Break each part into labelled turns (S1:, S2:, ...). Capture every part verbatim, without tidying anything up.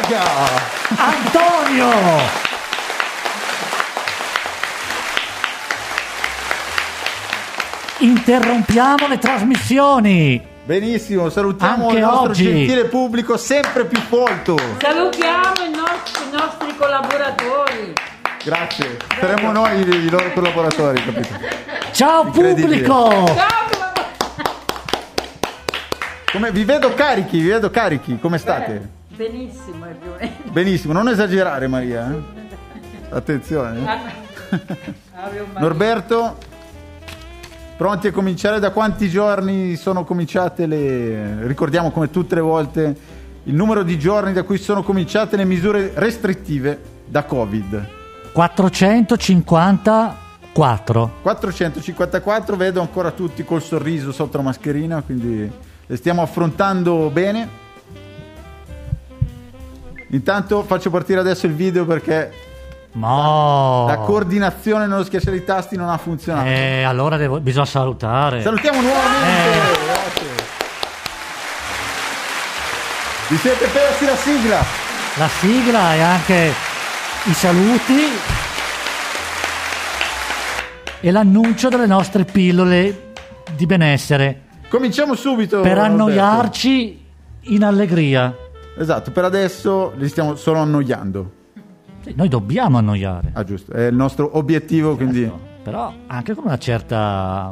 S1: yoga!
S2: Antonio! Interrompiamo le trasmissioni.
S1: Benissimo, salutiamo
S2: Anche
S1: il nostro
S2: oggi.
S1: gentile pubblico sempre più folto.
S3: Salutiamo i nostri, i nostri collaboratori.
S1: Grazie, saremo noi i, i loro collaboratori, capito?
S2: Ciao pubblico!
S3: Ciao.
S1: Come, vi vedo carichi, vi vedo carichi, come state?
S3: Benissimo, è più o meno.
S1: Benissimo, non esagerare Maria, eh? Attenzione.
S3: Ah, avevo un
S1: Norberto, pronti a cominciare? Da quanti giorni sono cominciate le... Ricordiamo come tutte le volte il numero di giorni da cui sono cominciate le misure restrittive da Covid.
S2: quattrocentocinquantaquattro.
S1: quattrocentocinquantaquattro, vedo ancora tutti col sorriso sotto la mascherina, quindi le stiamo affrontando bene. Intanto faccio partire adesso il video perché
S2: No.
S1: la coordinazione nello schiacciare i tasti non ha funzionato.
S2: Eh, allora devo, bisogna salutare.
S1: Salutiamo nuovamente.
S2: Eh.
S1: Grazie. Vi siete persi la sigla?
S2: La sigla e anche i saluti e l'annuncio delle nostre pillole di benessere
S1: Cominciamo subito.
S2: per
S1: Roberto.
S2: annoiarci in allegria.
S1: Esatto, per adesso li stiamo solo annoiando.
S2: Sì, noi dobbiamo annoiare.
S1: Ah, giusto, è il nostro obiettivo, quindi
S2: Certo, però anche con una certa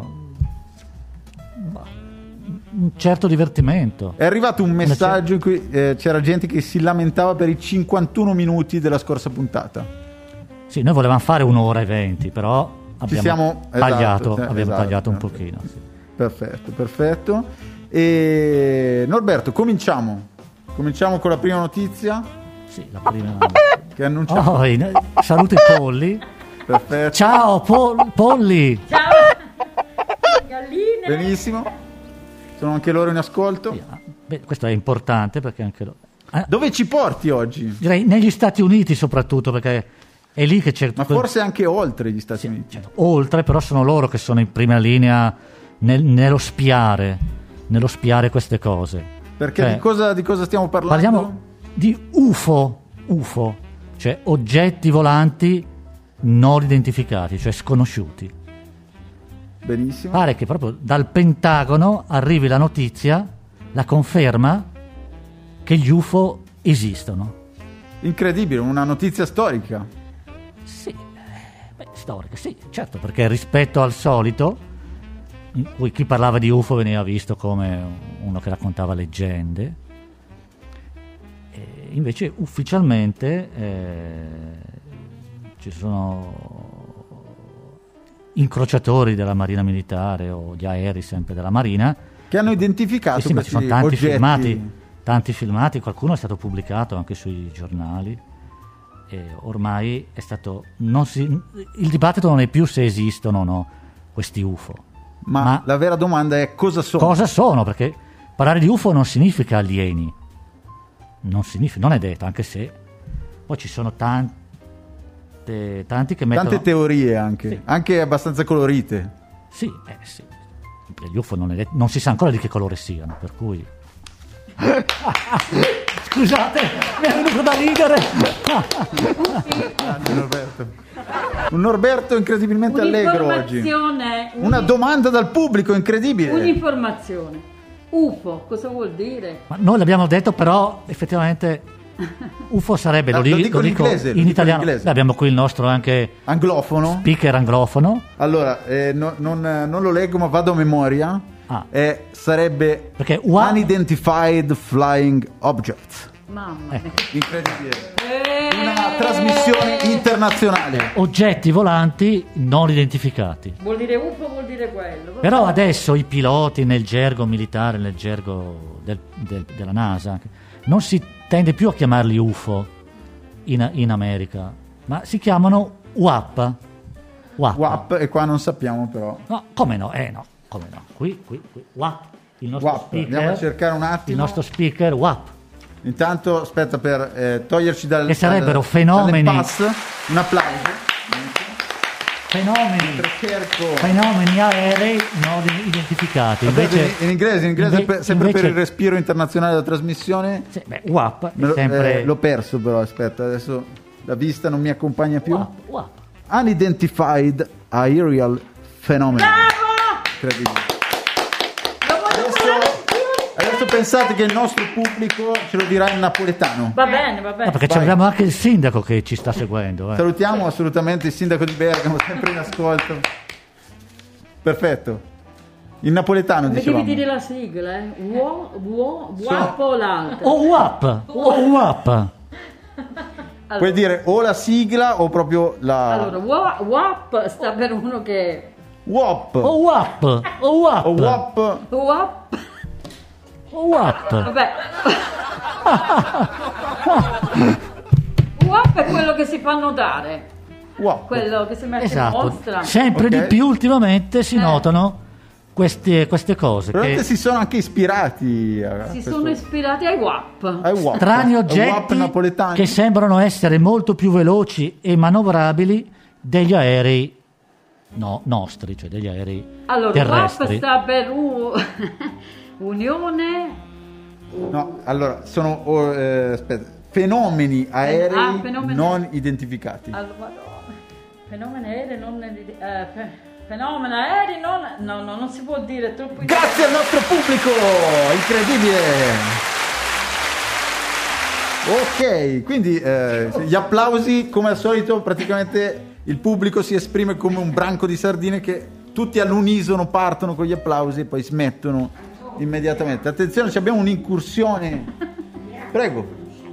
S2: un certo divertimento.
S1: è arrivato un messaggio in cui eh, c'era gente che si lamentava per i cinquantuno minuti della scorsa puntata.
S2: Sì, noi volevamo fare un'ora e venti, però abbiamo
S1: siamo-
S2: tagliato,
S1: esatto,
S2: abbiamo
S1: esatto,
S2: tagliato un
S1: esatto.
S2: pochino. Sì.
S1: Perfetto, perfetto. E Norberto, cominciamo. Cominciamo con la prima notizia
S2: Sì, la prima.
S1: che annunciamo.
S2: Oh, in- saluto i polli.
S1: Perfetto.
S2: Ciao Pol- polli.
S3: Ciao. Galline.
S1: Benissimo. Sono anche loro in ascolto.
S2: Sì, ah, beh, questo è importante perché anche lo... eh,
S1: Dove ci porti oggi?
S2: direi negli Stati Uniti soprattutto, perché è lì che c'è
S1: Ma forse anche oltre gli Stati
S2: Sì,
S1: Uniti.
S2: certo. Oltre, però sono loro che sono in prima linea nel- nello spiare nello spiare queste cose.
S1: Perché
S2: Cioè,
S1: di, cosa, di cosa stiamo parlando?
S2: parliamo di U F O, U F O, cioè oggetti volanti non identificati, cioè sconosciuti.
S1: Benissimo.
S2: Pare che proprio dal Pentagono arrivi la notizia, la conferma che gli U F O esistono.
S1: Incredibile, una notizia storica.
S2: Sì, eh, beh, storica, sì, certo, perché rispetto al solito, in cui chi parlava di U F O veniva visto come uno che raccontava leggende, e invece ufficialmente eh, ci sono incrociatori della Marina Militare o gli aerei sempre della Marina
S1: Che hanno identificato
S2: sì, sì, ma ci
S1: questi
S2: sono tanti
S1: oggetti.
S2: filmati, tanti filmati, qualcuno è stato pubblicato anche sui giornali e ormai è stato non si, il dibattito non è più se esistono o no questi U F O,
S1: Ma,
S2: ma
S1: la vera domanda è cosa sono?
S2: cosa sono, perché parlare di U F O non significa alieni, non significa, non è detto, anche se poi ci sono tante tanti che mettono
S1: Tante teorie anche,
S2: Sì.
S1: anche abbastanza colorite.
S2: sì, eh, sì. Gli U F O non, è detto, non si sa ancora di che colore siano, per cui scusate, mi è venuto da ridere.
S1: Grande Norberto. Un Norberto incredibilmente allegro oggi.
S3: Un'informazione.
S1: Una domanda dal pubblico incredibile.
S3: Un'informazione. U F O, cosa vuol dire?
S2: Ma noi l'abbiamo detto, però effettivamente U F O sarebbe,
S1: Ah,
S2: lo,
S1: lo
S2: li-
S1: dico
S2: lo
S1: in
S2: dico
S1: inglese, lo
S2: in
S1: dico in
S2: italiano.
S1: inglese.
S2: Beh, abbiamo qui il nostro anche
S1: Anglofono.
S2: speaker anglofono.
S1: Allora, eh, no- non, non lo leggo ma vado a memoria.
S2: Ah.
S1: Eh, sarebbe
S2: Perché ua-
S1: Unidentified Flying Objects.
S3: Mamma
S2: Eh.
S3: mia.
S1: Incredibile.
S3: Eh.
S1: Una trasmissione internazionale.
S2: oggetti volanti non identificati.
S3: Vuol dire U F O, vuol dire quello. Vabbè.
S2: Però adesso i piloti nel gergo militare, nel gergo del- del- della NASA, anche, non si tende più a chiamarli U F O in, in America, ma si chiamano U A P. U A P.
S1: W A P e qua non sappiamo però.
S2: No, come no? Eh no, come no. Qui, qui, qui. U A P. Il nostro
S1: W A P,
S2: speaker,
S1: andiamo a cercare un
S2: il
S1: attimo.
S2: nostro speaker U A P.
S1: Intanto aspetta per eh, toglierci dal
S2: Che sarebbero
S1: dal-
S2: fenomeni-
S1: dalle pass. Un applauso.
S2: fenomeni,
S1: cerco...
S2: fenomeni aerei non identificati. Invece,
S1: in inglese, in inglese
S2: inve-
S1: sempre
S2: invece,
S1: per il respiro internazionale della trasmissione.
S2: Sì, beh, U A P
S1: Me lo-
S2: sempre...
S1: eh, l'ho perso però, aspetta, adesso la vista non mi accompagna più.
S2: U A P, U A P.
S1: Unidentified Aerial Phenomenon.
S3: Bravo!
S1: Incredibile.
S3: Lo voglio
S1: Adesso,
S3: fare anch'io.
S1: adesso pensate che il nostro pubblico ce lo dirà in napoletano.
S3: Va bene, va
S2: No,
S3: bene.
S2: perché
S1: Vai.
S2: abbiamo anche il sindaco che ci sta seguendo. Eh.
S1: Salutiamo assolutamente il sindaco di Bergamo, sempre in ascolto. Perfetto. In napoletano
S3: Mi
S1: dicevamo.
S3: devi dire la sigla, eh? Uo, uo,
S1: Sono-
S3: guapo l'altro.
S2: O U A P, o U A P.
S1: Puoi dire o la sigla o proprio la
S3: Allora, wa- W A P sta per uno che...
S1: W O P
S2: O U A P, o U A
S1: o
S2: P,
S1: W O P.
S3: W A P,
S2: o U A P.
S3: vabbè. W A P è quello che si fa notare,
S1: W O P.
S3: quello che si mette in
S2: Esatto,
S3: mostra.
S2: sempre
S1: Ok.
S2: di più ultimamente si
S3: Eh.
S2: notano queste, queste cose.
S1: Probabilmente
S2: Che
S1: si sono anche ispirati a
S3: Si
S1: questo-
S3: sono ispirati ai W A P.
S1: ai W O P.
S2: strani
S1: Ai W O P
S2: oggetti
S1: napoletani.
S2: che sembrano essere molto più veloci e manovrabili degli aerei no, nostri, cioè degli aerei
S3: Allora, W A P
S2: terrestri.
S3: sta per U- Unione...
S1: No, allora sono oh, eh, aspetta, fenomeni aerei
S3: ah, fenomeni-
S1: non identificati.
S3: Allora, Madonna. Fenomeni aerei non... eh, fe- fenomeni aerei non... No, no, non si può dire, è troppo...
S1: Grazie al nostro pubblico, incredibile. Ok, quindi eh, gli applausi come al solito, praticamente il pubblico si esprime come un branco di sardine che tutti all'unisono partono con gli applausi e poi smettono immediatamente. Attenzione, ci abbiamo un'incursione. Prego.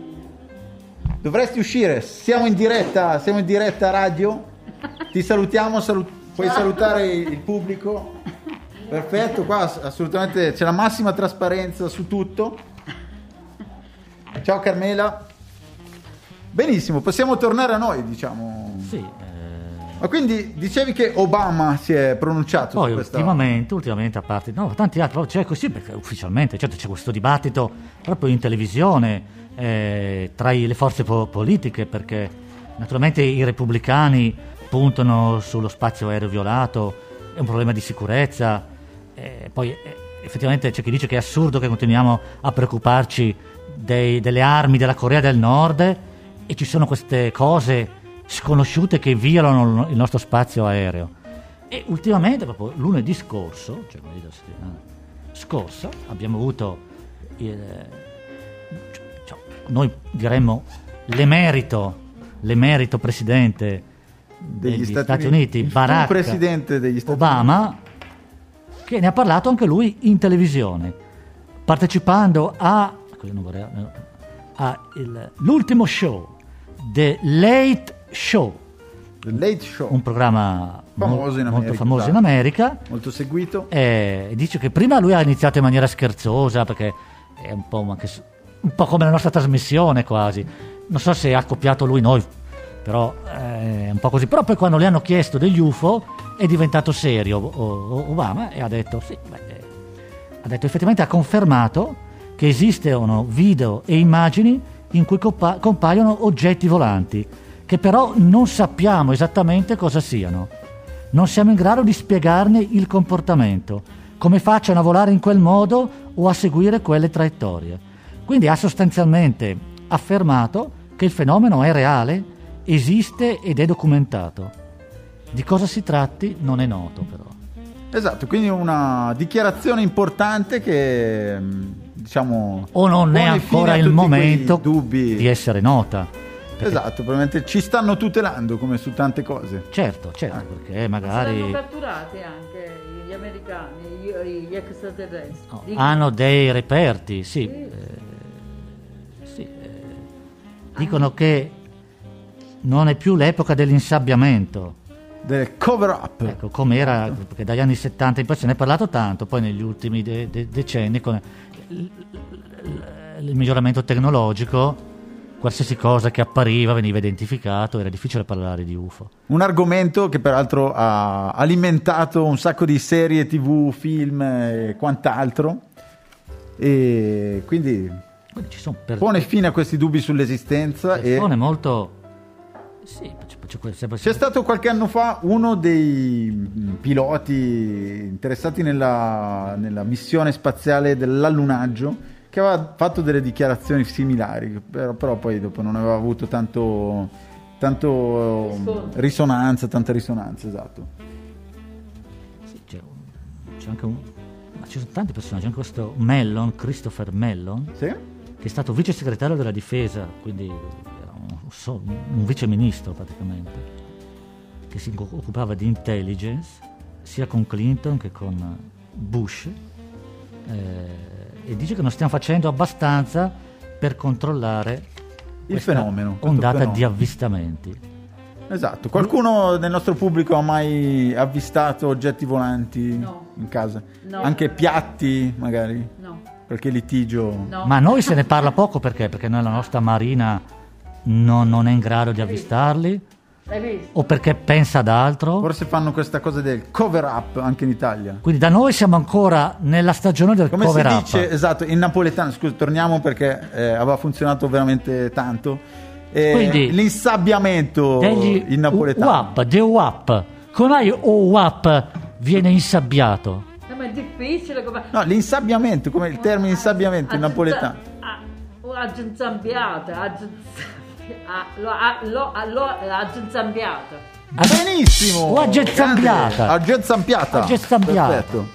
S1: Dovresti uscire, siamo in diretta, siamo in diretta radio. Ti salutiamo, salu- puoi salutare il pubblico. Perfetto, qua ass- assolutamente c'è la massima trasparenza su tutto. Ciao Carmela. Benissimo, possiamo tornare a noi, diciamo.
S2: Sì, eh,
S1: Ma quindi dicevi che Obama si è pronunciato
S2: poi
S1: su questa...
S2: ultimamente, ultimamente a parte no, tanti altri, proprio c'è così perché ufficialmente certo c'è questo dibattito proprio in televisione eh, tra i- le forze po- politiche, perché naturalmente i repubblicani puntano sullo spazio aereo violato, è un problema di sicurezza, eh, poi eh, effettivamente c'è chi dice che è assurdo che continuiamo a preoccuparci dei- delle armi della Corea del Nord e ci sono queste cose sconosciute che violano il nostro spazio aereo. E ultimamente, proprio lunedì scorso, cioè lunedì della settimana scorsa, abbiamo avuto il, cioè, noi diremmo l'emerito, l'emerito presidente degli, Stati, Uniti,
S1: il fu
S2: Barack
S1: presidente degli Stati
S2: Obama, che ne ha parlato anche lui in televisione, partecipando a, non vorrei, a il, l'ultimo show, The Late Show,
S1: The Late Show,
S2: un programma
S1: Famoso in
S2: mo- molto
S1: America,
S2: famoso in
S1: esatto.
S2: America.
S1: molto seguito.
S2: E dice che prima lui ha iniziato in maniera scherzosa perché è un po', anche s- un po' come la nostra trasmissione quasi. Non so se ha copiato lui noi, però eh, è un po' così. Però poi quando le hanno chiesto degli U F O è diventato serio o- o- Obama e ha detto sì, beh, eh, ha detto effettivamente ha confermato che esistono video e immagini in cui compa- compaiono oggetti volanti che però non sappiamo esattamente cosa siano. Non siamo in grado di spiegarne il comportamento, come facciano a volare in quel modo o a seguire quelle traiettorie. Quindi ha sostanzialmente affermato che il fenomeno è reale, esiste ed è documentato. Di cosa si tratti non è noto però.
S1: Esatto, quindi una dichiarazione importante che mh, diciamo
S2: O non è
S1: pone fine
S2: ancora
S1: a
S2: il
S1: tutti quei
S2: momento
S1: dubbi.
S2: di essere nota. Perché-
S1: Esatto, probabilmente ci stanno tutelando come su tante cose.
S2: Certo, certo, perché
S3: Saranno
S2: magari
S3: catturati anche gli americani, gli, gli extraterrestri.
S2: no,
S3: Dico-
S2: hanno dei reperti, sì.
S3: Sì.
S2: eh, sì, eh, dicono che non è più l'epoca dell'insabbiamento.
S1: Del cover up.
S2: Ecco, come era, perché dagli anni settanta in poi se ne è parlato tanto, poi negli ultimi de- de- decenni con il, il- il miglioramento tecnologico, qualsiasi cosa che appariva veniva identificato, era difficile parlare di U F O.
S1: Un argomento che peraltro ha alimentato un sacco di serie tivù, film e quant'altro, e quindi
S2: Quindi ci sono per-
S1: pone fine a questi dubbi sull'esistenza e
S2: persone molto Sì, c'è, c'è, sempre...
S1: c'è stato qualche anno fa uno dei piloti interessati nella, nella missione spaziale dell'allunaggio che aveva fatto delle dichiarazioni similari, però, però poi dopo non aveva avuto tanto, tanto risonanza, tanta risonanza, esatto.
S2: Sì, c'è, c'è anche un... Ma ci sono tanti personaggi, anche questo Mellon, Christopher Mellon,
S1: sì?
S2: che è stato vice segretario della difesa, quindi era un, so, un vice ministro praticamente, che si occupava di intelligence sia con Clinton che con Bush, eh, e dice che non stiamo facendo abbastanza per controllare
S1: il fenomeno,
S2: ondata
S1: fenomeno.
S2: di avvistamenti.
S1: Esatto. Qualcuno del nostro pubblico ha mai avvistato oggetti volanti
S3: no.
S1: in casa?
S3: No.
S1: Anche piatti magari?
S3: No.
S1: Qualche litigio?
S3: No.
S2: Ma noi se ne parla poco perché? Perché noi la nostra marina non, non è in grado di avvistarli?
S3: Hai visto?
S2: O perché pensa ad altro?
S1: Forse fanno questa cosa del cover up anche in Italia.
S2: Quindi da noi siamo ancora nella stagione del
S1: Come
S2: cover
S1: si
S2: up.
S1: dice, esatto, in napoletano, scusa, torniamo perché eh, aveva funzionato veramente tanto. Eh,
S2: Quindi,
S1: l'insabbiamento
S2: degli
S1: in napoletano.
S2: U A P, de U A P. Come mai O A P viene insabbiato?
S3: No, ma è difficile come...
S1: No, l'insabbiamento, come il termine insabbiamento in napoletano.
S3: Agenzambiata, agenzambiata.
S1: Benissimo!
S2: O aggenzambiata.
S1: Aggenzampiata.
S2: Aggenzampiata.
S1: Perfetto.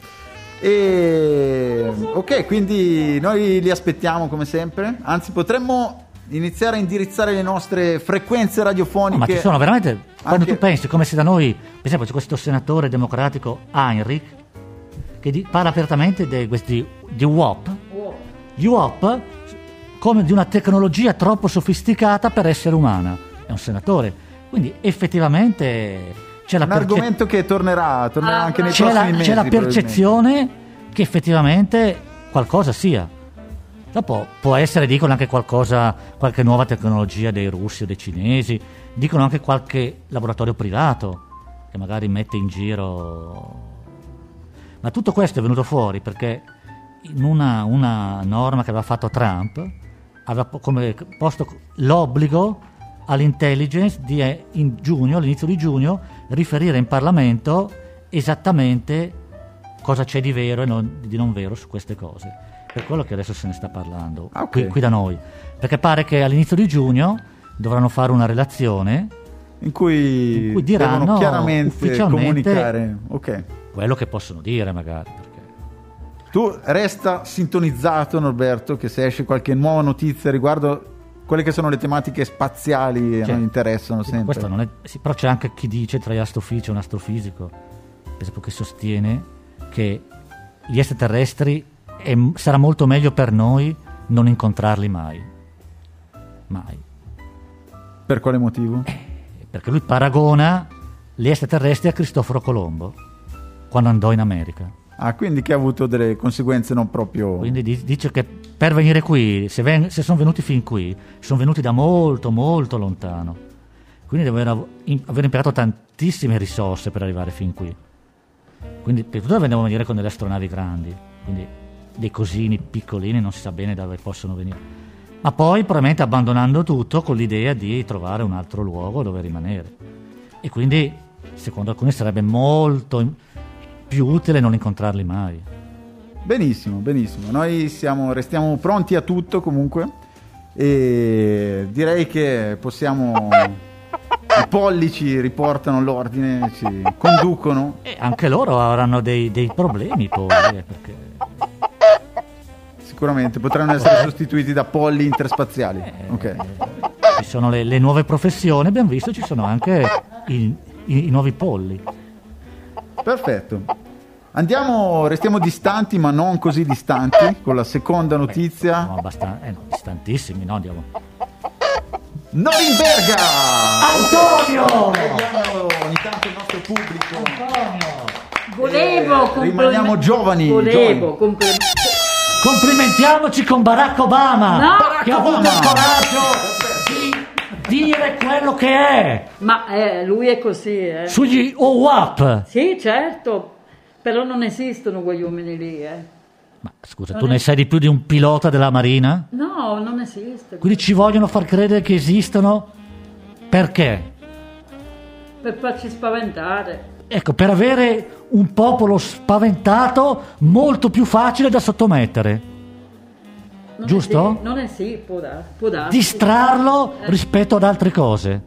S1: E... ok, quindi noi li aspettiamo come sempre. Anzi, potremmo iniziare a indirizzare le nostre frequenze radiofoniche.
S2: No, ma ci sono veramente, quando
S1: anche...
S2: tu pensi come se da noi, per esempio c'è questo senatore democratico Heinrich che di, parla apertamente di questi di U O P, gli U O P come di una tecnologia troppo sofisticata per essere umana. È un senatore, quindi effettivamente c'è la
S1: un perce- argomento che tornerà, tornerà
S3: ah,
S1: anche nei
S2: c'è
S1: prossimi
S2: la,
S1: mesi.
S2: C'è la percezione che effettivamente qualcosa sia. Dopo può essere, dicono anche qualcosa, qualche nuova tecnologia dei russi o dei cinesi, dicono anche qualche laboratorio privato che magari mette in giro. Ma tutto questo è venuto fuori perché in una, una norma che aveva fatto Trump aveva come posto l'obbligo all'intelligence di in giugno, all'inizio di giugno, riferire in Parlamento esattamente cosa c'è di vero e non, di non vero su queste cose. Per quello che adesso se ne sta parlando,
S1: okay.
S2: qui, qui da noi, perché pare che all'inizio di giugno dovranno fare una relazione
S1: in cui,
S2: in cui diranno
S1: devono chiaramente
S2: ufficialmente
S1: comunicare okay.
S2: quello che possono dire magari. Perché...
S1: Tu resta sintonizzato, Norberto, che se esce qualche nuova notizia riguardo quelle che sono le tematiche spaziali
S2: cioè,
S1: a noi interessano sempre.
S2: Questo non è, sì, però c'è anche chi dice tra gli astrofisici un astrofisico, per esempio, che sostiene che gli extraterrestri e sarà molto meglio per noi non incontrarli mai. Mai.
S1: Per quale motivo?
S2: Eh, perché lui paragona gli extraterrestri a Cristoforo Colombo quando andò in America.
S1: Ah, quindi che ha avuto delle conseguenze non proprio...
S2: Quindi dice che per venire qui, se, ven- se sono venuti fin qui, sono venuti da molto molto lontano. Quindi devono aver impiegato tantissime risorse per arrivare fin qui. Quindi per tutto venivano a venire con delle astronavi grandi. Quindi dei cosini piccolini non si sa bene da dove possono venire, ma poi probabilmente abbandonando tutto con l'idea di trovare un altro luogo dove rimanere, e quindi secondo alcuni sarebbe molto più utile non incontrarli mai.
S1: Benissimo, benissimo, noi siamo, restiamo pronti a tutto comunque, e direi che possiamo, i pollici riportano l'ordine, ci conducono,
S2: e anche loro avranno dei, dei problemi poi, eh, perché
S1: sicuramente potranno essere sostituiti da polli interspaziali.
S2: Eh,
S1: okay.
S2: Ci sono le, le nuove professioni, abbiamo visto, ci sono anche i, i, i nuovi polli.
S1: Perfetto. Andiamo, restiamo distanti, ma non così distanti, con la seconda notizia.
S2: No, abbastanza, eh no, distantissimi, no, andiamo.
S1: Norimberga!
S2: Antonio!
S1: Vediamo ogni tanto il nostro pubblico.
S2: Antonio!
S3: Volevo
S1: Eh, rimaniamo giovani.
S3: Volevo
S1: giovani.
S3: compl-
S2: Complimentiamoci con Barack Obama,
S3: No!
S2: che ha avuto il coraggio di dire quello che è
S3: Ma eh, lui è così, eh.
S2: sugli O A P.
S3: Sì, certo, però non esistono quegli uomini lì, eh.
S2: Ma scusa, tu ne sai di più di un pilota della Marina?
S3: No, non esiste.
S2: Quindi ci vogliono far credere che esistono perché?
S3: per farci spaventare.
S2: Ecco, per avere un popolo spaventato molto più facile da sottomettere.
S3: Non
S2: Giusto?
S3: È sì, non è sì, può darsi. Può darsi.
S2: Distrarlo
S3: Eh.
S2: rispetto ad altre cose.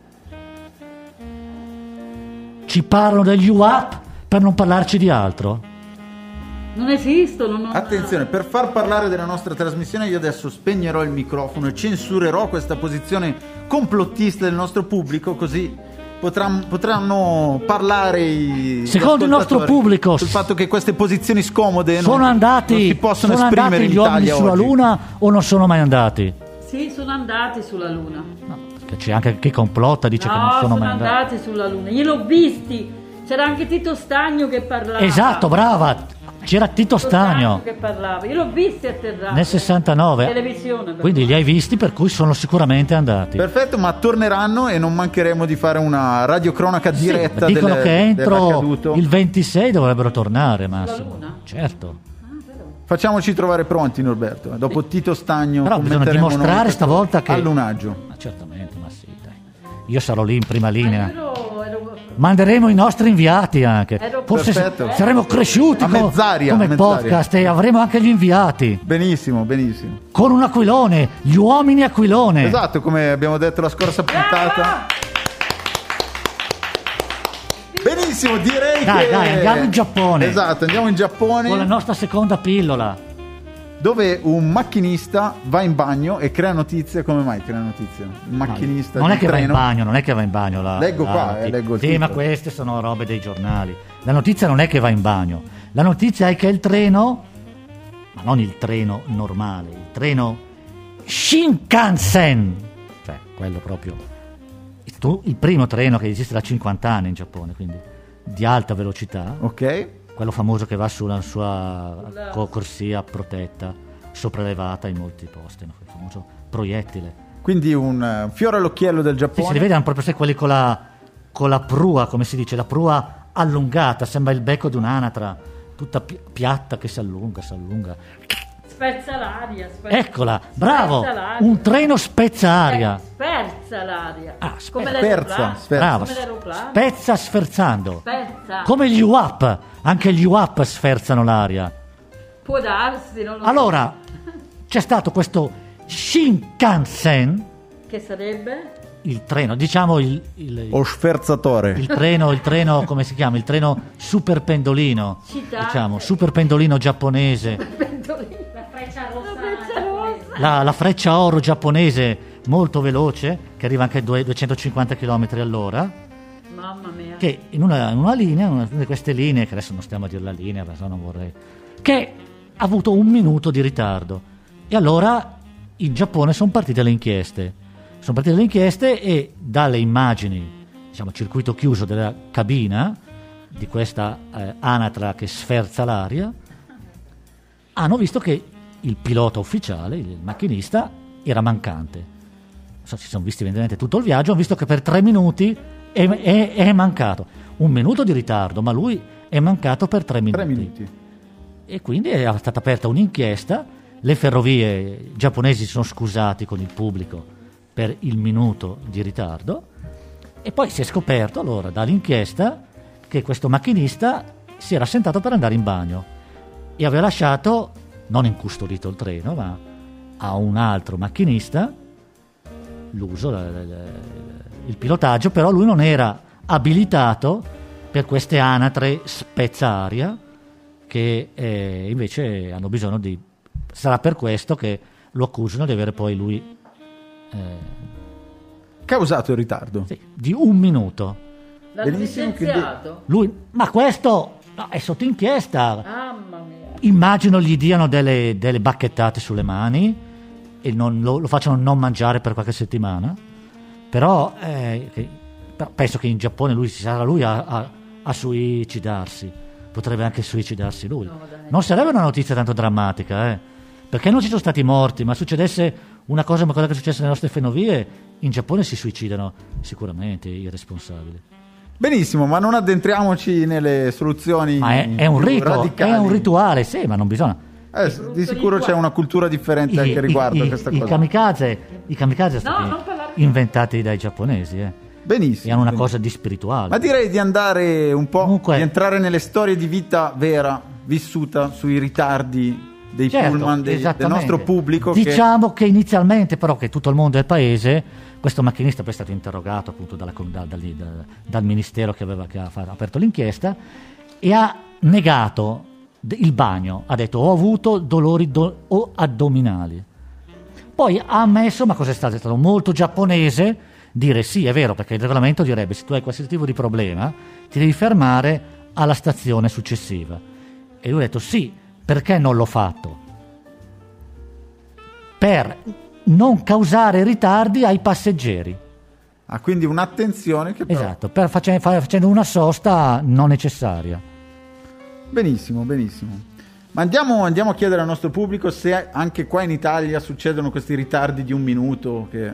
S2: Ci parlano degli U A P per non parlarci di altro.
S3: Non esistono. Non...
S1: Attenzione, per far parlare della nostra trasmissione io adesso spegnerò il microfono e censurerò questa posizione complottista del nostro pubblico, così potranno, potranno parlare i
S2: Secondo il nostro pubblico
S1: sul fatto che queste posizioni scomode
S2: sono
S1: non,
S2: andati,
S1: non si possono
S2: sono
S1: esprimere
S2: andati
S1: in
S2: gli uomini
S1: Italia
S2: sulla
S1: oggi.
S2: Luna o non sono mai andati?
S3: Sì, sono andati sulla Luna.
S2: No, perché c'è anche chi complotta, dice
S3: no,
S2: che non sono,
S3: sono
S2: mai andati.
S3: andati sulla Luna. Io l'ho visti. C'era anche Tito Stagno che parlava.
S2: Esatto, brava. C'era Tito Stagno
S3: che parlava. Io l'ho visti atterrare.
S2: nel sessantanove.
S3: Televisione.
S2: Quindi li hai visti, per cui sono sicuramente andati.
S1: Perfetto, ma torneranno e non mancheremo di fare una radiocronaca diretta.
S2: Sì, dicono
S1: del,
S2: che entro
S1: dell'accaduto.
S2: il ventisei dovrebbero tornare, Massimo.
S3: Luna?
S2: Certo.
S1: Facciamoci trovare pronti, Norberto. Dopo Tito Stagno
S2: Però bisogna
S1: commenteremo
S2: dimostrare
S1: noi
S2: stavolta che...
S1: allunaggio.
S2: Ma certamente, ma sì, dai. Io sarò lì in prima
S3: Ma
S2: linea.
S3: io ero, ero...
S2: Manderemo i nostri inviati anche.
S3: Ero-
S2: Forse
S1: Perfetto.
S2: saremo cresciuti
S1: A
S2: co-
S1: mezz'aria,
S2: come
S1: a mezz'aria.
S2: podcast e avremo anche gli inviati.
S1: Benissimo, benissimo.
S2: Con un aquilone, gli uomini aquilone.
S1: Esatto, come abbiamo detto la scorsa puntata. Benissimo, direi
S2: Dai,
S1: che...
S2: dai, andiamo in Giappone.
S1: Esatto, andiamo in Giappone,
S2: Con la nostra seconda pillola.
S1: dove un macchinista va in bagno e crea notizie. Come mai crea notizie? Un macchinista
S2: Non
S1: di
S2: è che va in
S1: treno.
S2: bagno, non è che va in bagno la,
S1: Leggo
S2: la
S1: qua,
S2: notizia.
S1: eh, leggo il
S2: Sì,
S1: titolo.
S2: ma queste sono robe dei giornali. La notizia non è che va in bagno. La notizia è che il treno, ma non il treno normale, il treno Shinkansen, cioè quello proprio, il, tu- il primo treno che esiste da cinquanta anni in Giappone, quindi di alta velocità,
S1: Ok.
S2: quello famoso che va sulla sua
S3: Sulla-
S2: co- corsia protetta, sopraelevata in molti posti, no? Il famoso proiettile.
S1: Quindi un eh, fiore all'occhiello del
S2: Sì,
S1: Giappone.
S2: si li vede proprio sai, quelli con la, con la prua, come si dice, la prua allungata, sembra il becco di un'anatra, tutta pi- piatta che si allunga, si allunga.
S3: Spezza l'aria. Spezza...
S2: Eccola, bravo,
S3: Spezza l'aria.
S2: un treno spezza aria.
S3: Eh, Sferza l'aria.
S2: Ah, spe-
S3: Come
S1: Sferza,
S3: l'aeroplano.
S1: sferza.
S2: Bravo,
S3: Come l'aeroplano.
S2: spezza sferzando.
S3: Spezza.
S2: Come gli U A P, anche gli U A P sferzano l'aria.
S3: Può darsi, non lo so.
S2: Allora, c'è stato questo Shinkansen,
S3: Che sarebbe?
S2: il treno, diciamo il, il,
S1: O sferzatore.
S2: il treno, il treno, come si chiama? Il treno super pendolino,
S3: Citante.
S2: diciamo, super pendolino giapponese,
S3: Pentolina.
S4: La freccia rossa.
S3: La freccia rossa.
S2: la, la freccia oro giapponese molto veloce, che arriva anche a due- duecentocinquanta chilometri all'ora,
S3: Mamma mia.
S2: che in una, in una linea, una di queste linee, che adesso non stiamo a dire la linea, perché sennò non vorrei, che ha avuto un minuto di ritardo. E allora in Giappone sono partite le inchieste. Sono partite le inchieste e dalle immagini, diciamo, circuito chiuso della cabina di questa eh, anatra che sferza l'aria, hanno visto che il pilota ufficiale, il macchinista, era mancante. Non so, si sono visti evidentemente tutto il viaggio, hanno visto che per tre minuti è, è- è mancato. Un minuto di ritardo, ma lui è mancato per tre minuti.
S1: Tre minuti.
S2: E quindi è stata aperta un'inchiesta, le ferrovie giapponesi si sono scusati con il pubblico per il minuto di ritardo e poi si è scoperto allora dall'inchiesta che questo macchinista si era sentato per andare in bagno e aveva lasciato, non incustodito il treno, ma a un altro macchinista l'uso, la- la- la- il pilotaggio, però lui non era abilitato per queste anatre spezzaria che eh, invece hanno bisogno di... Sarà per questo che lo accusano di avere poi lui eh,
S1: Causato il ritardo.
S2: sì, di un minuto.
S3: L'hanno
S1: Benissimo, che
S3: licenziato.
S2: Lui, ma questo no, è sotto inchiesta.
S3: Mamma mia.
S2: Immagino gli diano delle, delle bacchettate sulle mani e non, lo, lo facciano non mangiare per qualche settimana. Però, eh, che- però penso che in Giappone lui si sarà lui a, a- a suicidarsi. Potrebbe anche suicidarsi lui.
S3: No, dai.
S2: Non sarebbe una notizia tanto drammatica, eh? Perché non ci sono stati morti, ma succedesse una cosa come quella che è successa nelle nostre ferrovie, in Giappone si suicidano sicuramente i responsabili.
S1: Benissimo, ma non addentriamoci nelle soluzioni
S2: Ma è, è un
S1: più
S2: rito,
S1: radicali.
S2: è un rituale, sì, ma non bisogna.
S1: Eh, di sicuro c'è una cultura differente anche riguardo
S2: i,
S1: a questa
S2: i
S1: cosa.
S2: kamikaze, i kamikaze sono
S3: No,
S2: stati
S3: non parlare-
S2: inventati dai giapponesi, eh.
S1: Benissimo.
S2: E hanno una
S1: benissimo.
S2: cosa di spirituale.
S1: Ma direi di andare un po',
S2: Comunque-
S1: di entrare nelle storie di vita vera, vissuta sui ritardi dei
S2: Certo,
S1: pullman dei- del
S2: esattamente.
S1: nostro pubblico.
S2: Diciamo che... che inizialmente, però, che tutto il mondo del paese, questo macchinista poi è stato interrogato appunto dalla, da, da, da, dal ministero che aveva che ha fa- aperto l'inchiesta e ha negato d- il bagno, ha detto ho avuto dolori do- o addominali. Poi ha ammesso, ma cos'è stato? È stato molto giapponese dire sì, è vero, perché il regolamento direbbe se tu hai qualsiasi tipo di problema ti devi fermare alla stazione successiva. E lui ha detto sì, perché non l'ho fatto? Per non causare ritardi ai passeggeri.
S1: Ah, quindi un'attenzione che però...
S2: Esatto, per face- fa- facendo una sosta non necessaria.
S1: Benissimo, benissimo. Ma andiamo, andiamo a chiedere al nostro pubblico se anche qua in Italia succedono questi ritardi di un minuto, che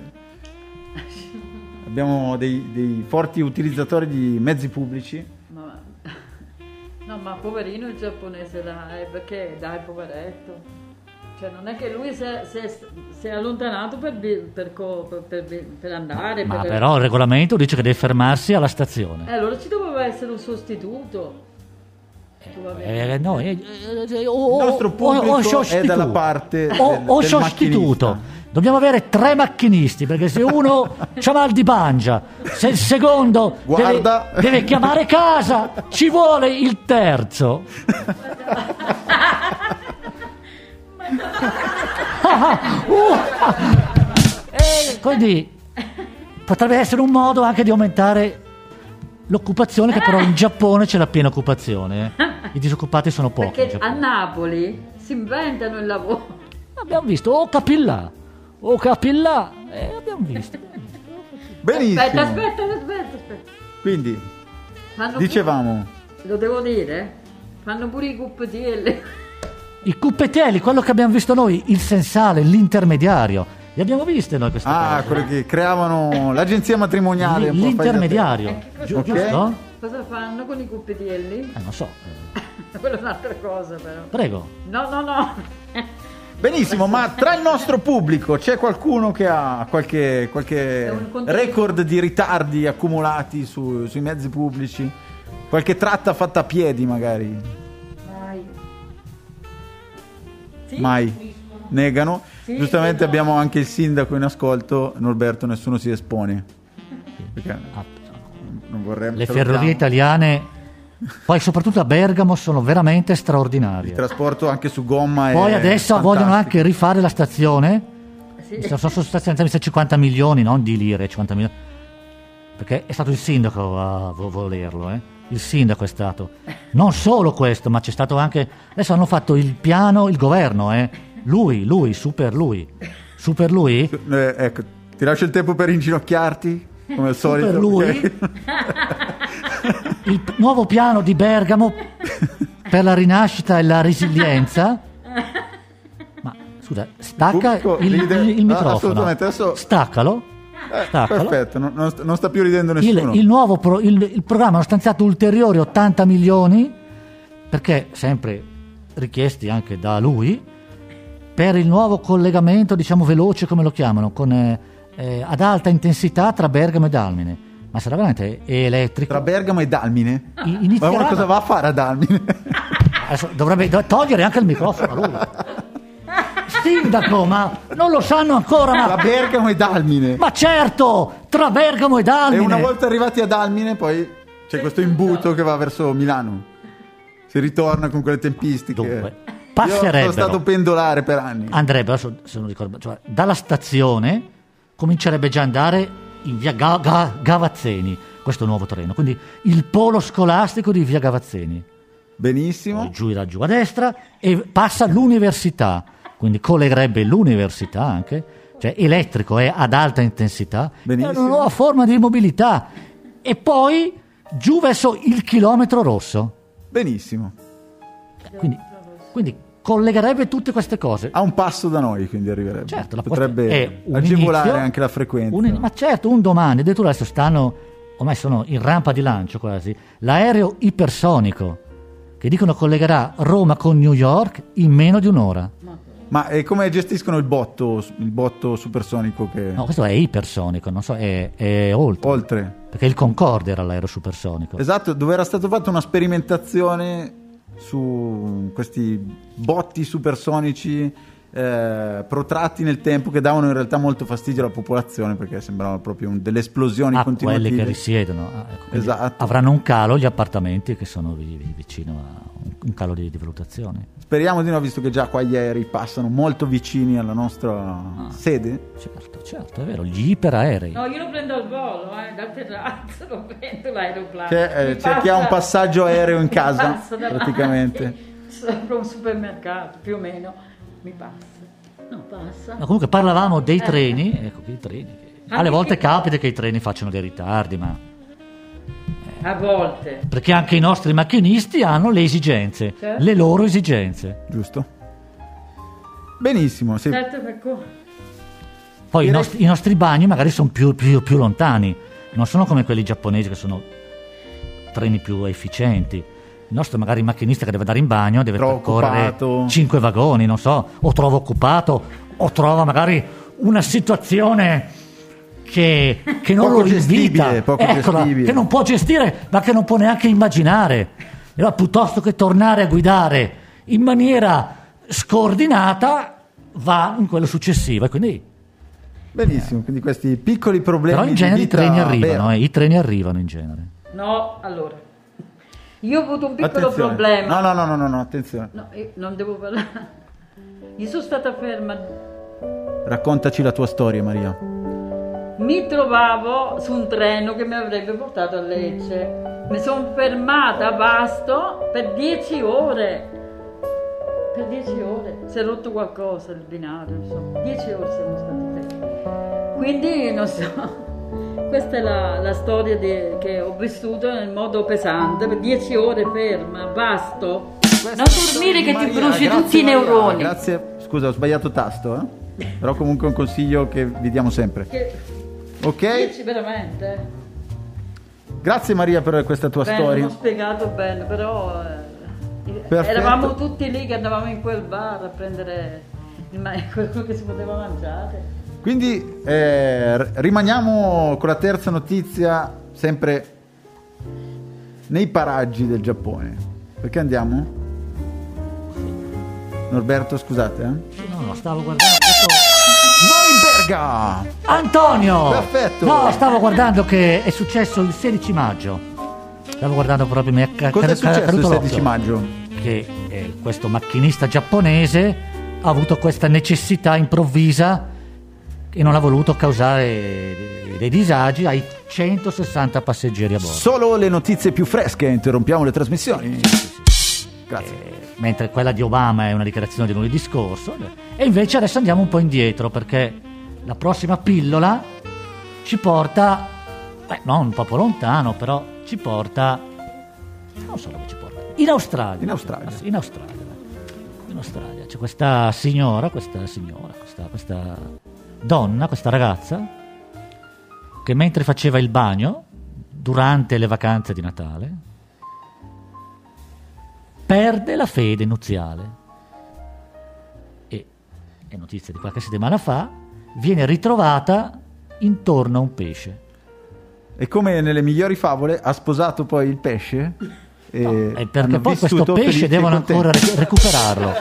S1: abbiamo dei, dei forti utilizzatori di mezzi pubblici.
S3: Ma... No, ma poverino il giapponese, dai, perché dai, poveretto. Cioè, non è che lui si è, si è- si è allontanato per, vi- per, co- per- per- per andare.
S2: Ma
S3: per...
S2: però il regolamento dice che deve fermarsi alla stazione.
S3: Eh, allora ci doveva essere un sostituto.
S2: Eh, no, eh, eh, o,
S1: Il nostro
S2: o-
S1: pubblico
S2: o
S1: è
S2: sostituto.
S1: dalla parte
S2: o,
S1: del-
S2: o
S1: del
S2: sostituto.
S1: macchinista.
S2: Dobbiamo avere tre macchinisti, perché se uno c'ha mal di pancia, se il secondo deve,
S1: Guarda.
S2: deve chiamare casa, ci vuole il terzo. E quindi potrebbe essere un modo anche di aumentare l'occupazione, che però in Giappone c'è la piena occupazione. eh. I disoccupati sono pochi. in
S3: Perché a
S2: Giappone.
S3: Napoli si inventano il lavoro.
S2: Abbiamo visto o capillà o capillà, eh, abbiamo visto.
S1: Benissimo.
S3: Aspetta, aspetta, aspetta, aspetta.
S1: Quindi,
S3: Fanno
S1: dicevamo,
S3: pure- lo devo dire? Fanno pure i cuppetielli.
S2: I cuppetelli, quello che abbiamo visto noi, il sensale, l'intermediario, li abbiamo viste noi queste
S1: ah,
S2: cose.
S1: quello che creavano l'agenzia matrimoniale.
S2: L-
S1: un po' fai da te.
S2: l'intermediario,
S3: Eh, che cosa
S2: Gi-
S1: Ok.
S2: giusto?
S3: Cosa fanno con i cuppetielli?
S2: Eh, non so, eh,
S3: Quella è un'altra cosa, però.
S2: prego.
S3: No, no, no.
S1: Benissimo, ma tra il nostro pubblico c'è qualcuno che ha qualche,
S3: È
S1: qualche
S3: un contenuto.
S1: record di ritardi accumulati su- sui mezzi pubblici? Qualche tratta fatta a piedi magari?
S3: Mai. Sì?
S1: Mai. Negano.
S3: Sì,
S1: Giustamente
S3: sì, no.
S1: abbiamo anche il sindaco in ascolto. Norberto, nessuno si espone. Perché
S2: Ah,
S1: non vorremmo...
S2: le
S1: salutiamo.
S2: ferrovie italiane, poi soprattutto a Bergamo, sono veramente
S1: Il
S2: straordinarie.
S1: trasporto anche su gomma
S2: Poi
S1: è
S2: adesso
S1: fantastico.
S2: vogliono anche rifare la stazione.
S3: Sì.
S2: Sono sono sostanzialmente cinquanta milioni, non di lire, cinquanta milioni. Perché è stato il sindaco a vo- volerlo, eh. Il sindaco è stato. Non solo questo, ma c'è stato anche. Adesso hanno fatto il piano, il governo, eh. Lui, lui, super lui. Super lui.
S1: Eh, ecco, ti lascio il tempo per inginocchiarti, come al solito.
S2: Per lui.
S1: ok?
S2: Il p- nuovo piano di Bergamo per la rinascita e la resilienza. Ma scusa, stacca
S1: pubblico
S2: il,
S1: ride.
S2: il- il
S1: Ah,
S2: microfono.
S1: assolutamente, adesso-
S2: Staccalo.
S1: Eh,
S2: Staccalo.
S1: perfetto, non, non sta, non sta più ridendo
S2: Il,
S1: nessuno.
S2: il nuovo pro- il, il programma hanno stanziato ulteriori ottanta milioni, perché sempre richiesti anche da lui, per il nuovo collegamento, diciamo veloce come lo chiamano, con, eh, eh, ad alta intensità tra Bergamo e Dalmine. Ma sarà veramente elettrico?
S1: Tra Bergamo e Dalmine?
S2: I-
S1: Ma
S2: inizierà-
S1: uno cosa va a fare a Dalmine?
S2: Adesso dovrebbe do- togliere anche il microfono a lui. Sindaco, ma non lo sanno ancora,
S1: Tra
S2: ma,
S1: Bergamo e Dalmine.
S2: ma certo, tra Bergamo e
S1: E
S2: Dalmine.
S1: una volta arrivati a Dalmine poi c'è questo imbuto che va verso Milano. Si ritorna con quelle tempistiche.
S2: Dunque,
S1: Io
S2: passerebbero.
S1: sono stato pendolare per anni.
S2: Andrebbero, adesso, se non ricordo, cioè, dalla stazione comincerebbe già ad andare in via Ga- Ga- Gavazzeni, questo nuovo treno, quindi il polo scolastico di via Gavazzeni,
S1: Benissimo.
S2: poi giù e laggiù a destra, e passa l'università, quindi collegherebbe l'università anche, cioè elettrico è ad alta intensità, è
S1: Benissimo.
S2: una nuova forma di mobilità, e poi giù verso il chilometro rosso,
S1: Benissimo.
S2: quindi, quindi collegherebbe tutte queste cose.
S1: A un passo da noi quindi arriverebbe.
S2: Certo, la
S1: potrebbe
S2: è un
S1: agevolare
S2: inizio,
S1: anche la frequenza.
S2: un- ma certo, un domani, addirittura adesso stanno, ormai sono in rampa di lancio quasi, l'aereo ipersonico, che dicono collegherà Roma con New York in meno di un'ora.
S3: Ma,
S1: Ma e come gestiscono il botto, il botto supersonico? Che...
S2: No, questo è ipersonico, non so, è, è oltre.
S1: Oltre.
S2: Perché il Concorde era l'aereo supersonico.
S1: Esatto, dove era stata fatta una sperimentazione su questi botti supersonici eh, protratti nel tempo, che davano in realtà molto fastidio alla popolazione, perché sembravano proprio un, delle esplosioni
S2: ah,
S1: continuative.
S2: quelli che risiedono. Ah, ecco,
S1: esatto.
S2: Avranno un calo gli appartamenti che sono vicino a un calo di, di valutazione.
S1: Speriamo di no, visto che già qua gli aerei passano molto vicini alla nostra ah, sede.
S2: Certo, certo, è vero, gli iperaerei.
S3: No, io lo prendo al volo, eh, dal terrazzo lo prendo l'aeroplano.
S1: C'è, eh, c'è chi ha un passaggio aereo in casa, praticamente.
S3: Sopra un supermercato, più o meno, mi passa. No, passa.
S2: Ma comunque parlavamo dei eh. treni, ecco che i treni. Che... Alle volte che... capita che i treni facciano dei ritardi, ma...
S3: A volte.
S2: Perché anche i nostri macchinisti hanno le esigenze, certo. le loro esigenze.
S1: Giusto. Benissimo. Sì.
S3: Certo, perché...
S2: Poi i nostri, i nostri bagni magari sono più, più, più lontani, non sono come quelli giapponesi che sono treni più efficienti. Il nostro magari macchinista che deve andare in bagno deve
S1: trovo
S2: percorrere
S1: occupato.
S2: cinque vagoni, non so, o trova occupato, o trova magari una situazione... Che, che non
S1: poco
S2: lo invita,
S1: poco
S2: eccola, che non può gestire, ma che non può neanche immaginare. E allora, piuttosto che tornare a guidare in maniera scordinata, va in quello successivo. E quindi,
S1: benissimo, eh. quindi questi piccoli problemi.
S2: Però in genere
S1: di vita
S2: i treni arrivano, eh, i treni arrivano in genere.
S3: No, allora, io ho avuto un piccolo
S1: attenzione.
S3: problema.
S1: No, no, no, no, no, attenzione.
S3: No, io non devo parlare. Io sono stata ferma.
S1: Raccontaci la tua storia, Maria.
S3: Mi trovavo su un treno che mi avrebbe portato a Lecce. Mi sono fermata a Vasto per dieci ore. Per dieci ore. Si è rotto qualcosa il binario, insomma. Dieci ore siamo stati fermi. Quindi, non so, questa è la, la storia di, che ho vissuto nel modo pesante. Per dieci ore ferma, a Vasto. Questa non dormire che Maria, ti bruci tutti i neuroni.
S1: Grazie, scusa, ho sbagliato tasto, eh? Però comunque è un consiglio che vi diamo sempre.
S3: Che...
S1: Ok?
S3: Dici veramente?
S1: Grazie Maria per questa tua
S3: bene,
S1: storia.
S3: Non ho spiegato bene, però eh, eravamo tutti lì che andavamo in quel bar a prendere il, quello che si poteva mangiare.
S1: Quindi eh, rimaniamo con la terza notizia, sempre nei paraggi del Giappone. Perché andiamo? Norberto, scusate, eh?
S2: No, no, stavo guardando questo...
S1: Norimberga!
S2: Antonio!
S1: Perfetto!
S2: No, stavo guardando che è successo il sedici maggio. Stavo guardando proprio... Mi è ca-
S1: Cosa è successo il sedici
S2: l'occhio.
S1: maggio?
S2: Che eh, questo macchinista giapponese ha avuto questa necessità improvvisa e non ha voluto causare dei disagi ai centosessanta passeggeri a bordo.
S1: Solo le notizie più fresche, interrompiamo le trasmissioni. Grazie.
S2: Eh, mentre quella di Obama è una dichiarazione di lunedì scorso, e invece adesso andiamo un po' indietro, perché la prossima pillola ci porta, beh, non proprio lontano, però ci porta, non so dove ci porta, in Australia.
S1: In Australia.
S2: Ah, sì, in Australia. In Australia c'è questa signora, questa signora, questa, questa donna, questa ragazza, che mentre faceva il bagno durante le vacanze di Natale perde la fede nuziale e, è notizia di qualche settimana fa, viene ritrovata intorno a un pesce.
S1: E come nelle migliori favole ha sposato poi il pesce e
S2: no, è perché poi questo pesce devono ancora re- recuperarlo.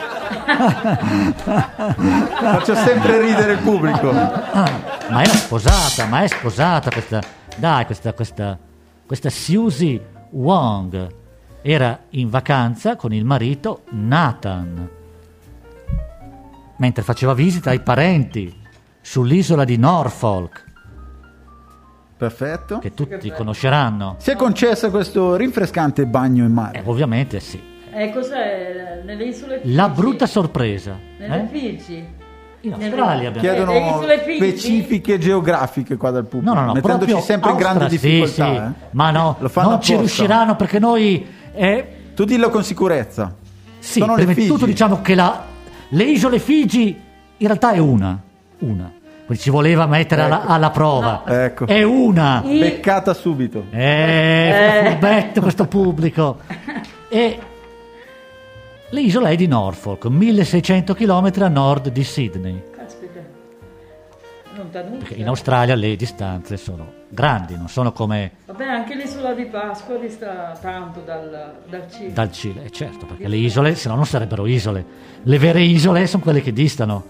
S1: Faccio sempre ridere il pubblico.
S2: Ah, ma è sposata, ma è sposata questa, dai, questa questa questa Susie Wong. Era in vacanza con il marito Nathan, mentre faceva visita ai parenti sull'isola di Norfolk.
S1: Perfetto.
S2: Che tutti conosceranno.
S1: Si è concessa questo rinfrescante bagno in mare.
S2: Eh, ovviamente sì.
S3: E cos'è? Nelle isole Figi?
S2: La brutta sorpresa.
S3: Nelle
S2: eh?
S3: Figi?
S2: In Australia abbiamo...
S1: Chiedono
S3: Le isole Figi?
S1: specifiche geografiche qua dal pubblico,
S2: No, no, no,
S1: mettendoci sempre in grande
S2: Austra-
S1: difficoltà.
S2: sì, sì.
S1: Eh?
S2: Ma no,
S1: Lo fanno
S2: non ci
S1: apposta.
S2: riusciranno perché noi... Eh,
S1: Tu dillo con sicurezza.
S2: sì,
S1: Sono le
S2: prima di
S1: Figi.
S2: tutto diciamo che la, le isole Figi in realtà è una. Una. Quindi ci voleva mettere alla,
S1: Ecco.
S2: alla prova.
S1: No. Ecco.
S2: È una.
S3: I-
S1: Beccata subito.
S2: Eh,
S3: Eh.
S2: furbetto questo pubblico. E L'isola è di Norfolk, milleseicento chilometri a nord di Sydney.
S3: Caspita, lontanuccia.
S2: Perché in Australia le distanze sono grandi, non sono come
S3: Vabbè, anche l'isola di Pasqua dista tanto dal, dal Cile.
S2: dal Cile. Eh, certo, perché le isole, se no non sarebbero isole. Le vere isole sono quelle che distano,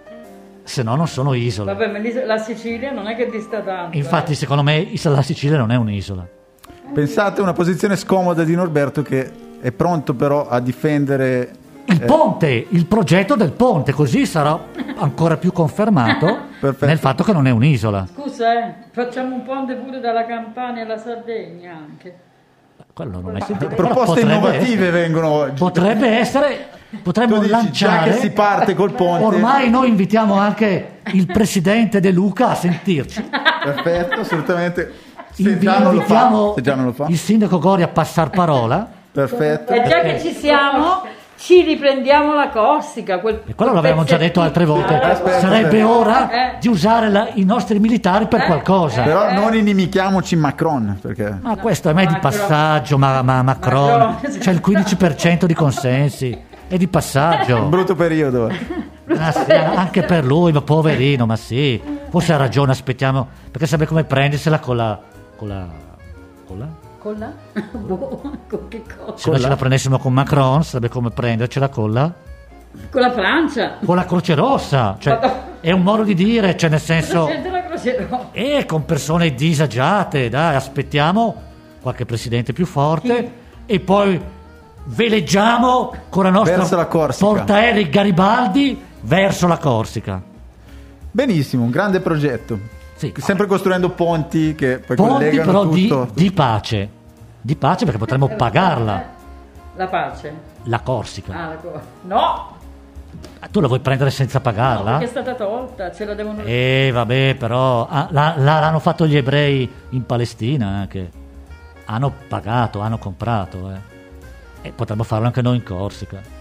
S2: se no non sono isole.
S3: Vabbè, ma l'is- la Sicilia non è che dista tanto.
S2: Infatti,
S3: eh.
S2: secondo me, la Sicilia non è un'isola.
S1: Pensate a una posizione scomoda di Norberto che è pronto però a difendere
S2: Il
S1: eh,
S2: ponte, il progetto del ponte, così sarà ancora più confermato
S1: Perfetto.
S2: nel fatto che non è un'isola.
S3: Scusa, eh, facciamo un ponte pure dalla Campania alla Sardegna anche.
S2: Quello non ho mai sentito. Però
S1: proposte
S2: potrebbe
S1: innovative
S2: essere-
S1: vengono.
S2: Potrebbe essere, potremmo
S1: Tu dici,
S2: lanciare.
S1: già che si parte col ponte.
S2: Ormai noi invitiamo anche il presidente De Luca a sentirci.
S1: Perfetto, assolutamente. Se
S2: Invi-
S1: già non lo fa,
S2: invitiamo
S1: se già non lo fa.
S2: il sindaco Gori a passar parola.
S1: Perfetto.
S3: E già che ci siamo, ci riprendiamo la Corsica. Quel,
S2: E quello
S3: quel
S2: l'avevamo già detto altre volte.
S3: pezzettino.
S1: Aspetta,
S2: Sarebbe
S1: aspetta.
S2: ora
S3: Eh.
S2: di usare la- i nostri militari per
S3: Eh.
S2: qualcosa.
S1: Però
S3: Eh.
S1: non inimichiamoci Macron, perché
S2: Ma questo a me è di
S3: Macron.
S2: passaggio, ma, ma Macron,
S3: Macron.
S2: c'è il quindici per cento di consensi, è di
S1: un
S2: passaggio.
S1: brutto periodo.
S2: Ah, sì, anche per lui, ma poverino, ma sì. Forse ha ragione, aspettiamo, perché sapete come prendersela con la... con la... con la...
S3: Con la? Boh, con che cosa?
S2: Se noi ce la prendessimo con Macron, sarebbe come prendercela con la...
S3: Con la Francia.
S2: con la Croce Rossa, cioè
S3: Madonna.
S2: è un modo di dire, cioè nel senso...
S3: C'è della Croce Rossa.
S2: E con persone disagiate, dai, aspettiamo qualche presidente più forte e poi veleggiamo con la nostra
S1: Verso la Corsica.
S2: portaerei Garibaldi verso la Corsica.
S1: Benissimo, un grande progetto.
S2: Sì.
S1: Sempre costruendo ponti che poi
S2: Ponti
S1: collegano
S2: però di,
S1: tutto.
S2: di pace, di pace perché potremmo pagarla,
S3: La pace.
S2: la Corsica.
S3: Ah, la co- no!
S2: Tu la vuoi prendere senza
S3: No,
S2: pagarla?
S3: perché è stata tolta, ce la devono...
S2: Eh vabbè, però ah, la- la- l'hanno fatto gli ebrei in Palestina anche. Hanno pagato, hanno comprato, eh. E potremmo farlo anche noi in Corsica.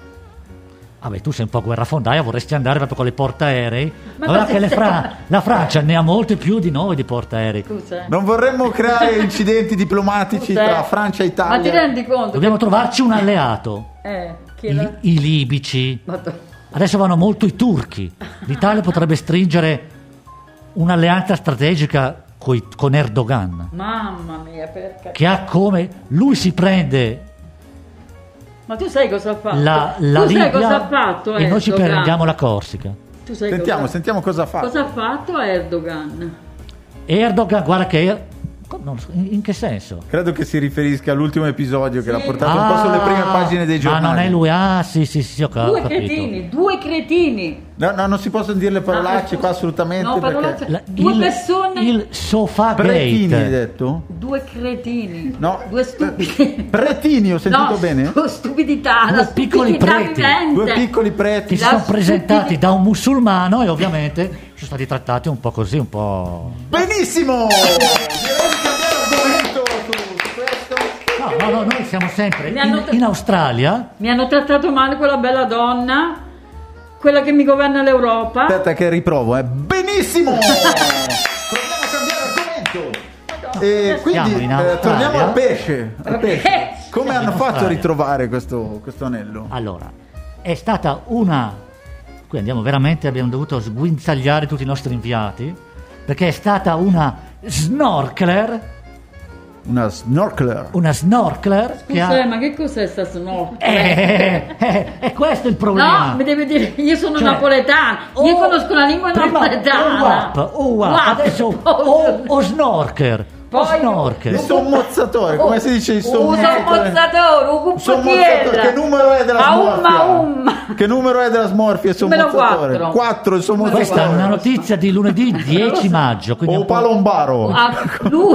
S2: Vabbè, tu sei un po' guerrafondaia, vorresti andare proprio con le portaerei.
S3: Ma
S2: Guarda
S3: cosa
S2: che le
S3: stai-
S2: Fra- la Francia ne ha molte più di noi di portaerei.
S3: Scusa, eh.
S1: Non vorremmo creare incidenti diplomatici
S3: Scusa, eh.
S1: tra Francia e
S3: Ma ti
S1: Italia.
S3: rendi conto?
S2: Dobbiamo
S3: che...
S2: trovarci un alleato.
S3: Eh, chi
S2: I,
S3: la...
S2: i libici.
S3: Madonna.
S2: Adesso vanno molto i turchi. L'Italia potrebbe stringere un'alleanza strategica coi- con Erdogan,
S3: Mamma mia, perché...
S2: che ha come... Lui si prende
S3: Ma tu sai cosa ha fatto?
S2: la, la
S3: tu sai
S2: Libia
S3: cosa ha fatto
S2: e noi ci
S3: Erdogan?
S2: prendiamo la Corsica.
S3: Tu sai
S1: Sentiamo,
S3: cosa...
S1: sentiamo cosa fa.
S3: cosa ha fatto Erdogan?
S2: Erdogan, guarda che... non so, in, in che senso?
S1: Credo che si riferisca all'ultimo episodio che
S3: Sì.
S1: l'ha portato un po' sulle prime pagine dei giornali.
S2: Ma non è lui, ah sì sì sì, ho ca-
S3: Due
S2: capito.
S3: cretini, due cretini.
S1: No, no, non si possono dire le parolacce
S3: Ah,
S1: qua assolutamente
S3: no,
S1: perché...
S3: parolacce-
S2: La-
S3: Due
S2: il,
S3: persone-
S2: il Sofa
S1: Pretini hai
S2: Gate.
S1: detto?
S3: Due cretini.
S1: No.
S3: Due stupidi.
S1: Pretini, ho sentito
S3: no,
S1: bene?
S3: stu- stupidità,
S2: Due
S3: la
S2: piccoli
S3: stupidità
S2: preti.
S3: vivente.
S1: Due piccoli preti.
S2: Che si
S3: La
S2: sono presentati
S3: stupidità.
S2: da un musulmano e ovviamente sono stati trattati un po' così, un po'...
S1: Benissimo! Direi di cambiare argomento su, su questo.
S2: No, no, no, noi siamo sempre
S3: Mi
S2: in,
S3: hanno tra-
S2: in Australia.
S3: Mi hanno trattato male quella bella donna, quella che mi governa l'Europa.
S1: Aspetta che riprovo, eh. Benissimo! Proviamo a cambiare argomento. E quindi
S2: Siamo in
S1: eh,
S2: Australia.
S1: torniamo al pesce. Al pesce.
S3: Eh,
S1: Come hanno
S2: in
S1: fatto a
S2: Australia.
S1: ritrovare questo, questo anello?
S2: Allora, è stata una... Qui andiamo veramente, abbiamo dovuto sguinzagliare tutti i nostri inviati, perché è stata una snorkeler,
S1: Una snorkeler.
S2: una snorkeler che
S3: Scusa,
S2: ha...
S3: ma che cos'è sta snorkel?
S2: Eh, eh, eh, è questo il problema.
S3: No, mi devi dire, io sono
S2: Cioè,
S3: napoletana, io
S2: o-
S3: conosco la lingua
S2: prima
S3: napoletana.
S2: O WAP, o WAP,
S3: Wap,
S2: adesso
S3: poi-
S2: o, o snorker, o
S3: Poi-
S2: snorker.
S1: Il sommozzatore, come si dice il
S3: Un
S1: sommozzatore?
S3: sommozzatore, un
S1: Sommozzatore,
S3: cucchiaio.
S1: che numero è della
S3: A
S1: smorfia?
S3: umma, umma.
S1: Che numero è della smorfia il
S3: Numero
S1: sommozzatore?
S3: quattro.
S1: quattro il
S3: Numero
S2: Questa è
S1: sommozzatore.
S2: una notizia di lunedì dieci maggio, quindi
S1: O
S2: un po'...
S1: palombaro.
S3: Ah, lui.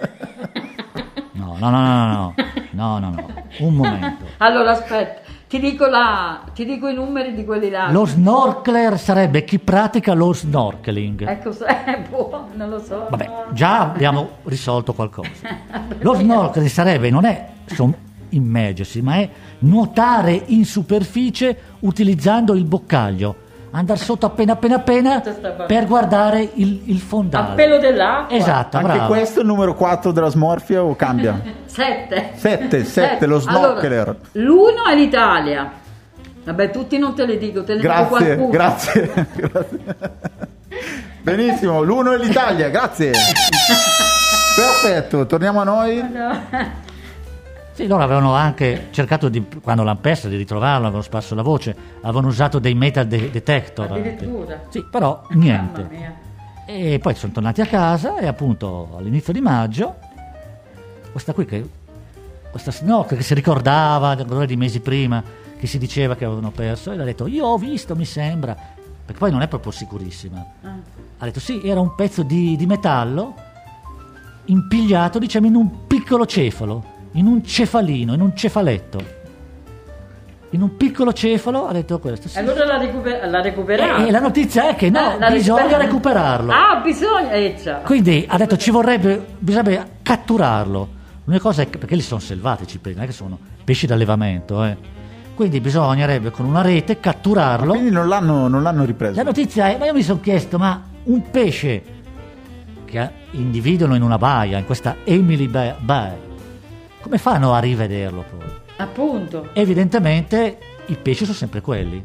S2: No, no, no, no, no, no, no, no, un momento.
S3: Allora aspetta, ti dico la, ti dico i numeri di quelli là.
S2: Lo snorkeler sarebbe chi pratica lo snorkeling.
S3: Ecco, è buono, non lo so.
S2: Vabbè, già abbiamo risolto qualcosa. Lo snorkeling sarebbe, non è son- immergersi, ma è nuotare in superficie utilizzando il boccaglio. Andare sotto appena appena appena
S3: Cosa stai facendo?
S2: per guardare il, il fondale.
S3: A pelo dell'acqua.
S2: Esatto,
S1: Anche
S2: bravo.
S1: questo è il numero quattro della smorfia o cambia?
S3: Sette.
S1: Sette, sette, lo snorkeler.
S3: Allora, l'uno è l'Italia. Vabbè, tutti non te li dico, te ne dico
S1: Grazie,
S3: qualcuno.
S1: grazie, grazie. Benissimo, l'uno è l'Italia, grazie. Perfetto, torniamo a noi.
S2: Sì, loro avevano anche cercato di, quando l'hanno persa, di ritrovarlo, avevano sparso la voce, avevano usato dei metal de- detector.
S3: Addirittura.
S2: Sì, però niente.
S3: Mamma mia.
S2: E poi sono tornati a casa e appunto all'inizio di maggio questa qui che questa snorkel che si ricordava di mesi prima che si diceva che avevano perso e l'ha detto io ho visto mi sembra, perché poi non è proprio sicurissima,
S3: Ah.
S2: ha detto sì, era un pezzo di, di metallo impigliato diciamo in un piccolo cefalo, in un cefalino, in un cefaletto, in un piccolo cefalo, ha detto questo sì.
S3: E allora l'ha, recuper- l'ha recuperato.
S2: E, e la notizia è che no,
S3: Eh, l'ha
S2: bisogna
S3: recuperato.
S2: recuperarlo.
S3: Ah, bisogna, eh, già.
S2: Quindi ha detto ci vorrebbe, bisogna catturarlo. L'unica cosa è che, perché li sono selvatici, non è che sono pesci d'allevamento, eh. Quindi bisognerebbe con una rete catturarlo.
S1: Quindi non l'hanno, non l'hanno ripreso.
S2: La notizia è, ma io mi sono chiesto, ma un pesce che individuano in una baia, in questa Emily Bay, Bay, come fanno a rivederlo poi?
S3: Appunto.
S2: Evidentemente i pesci sono sempre quelli.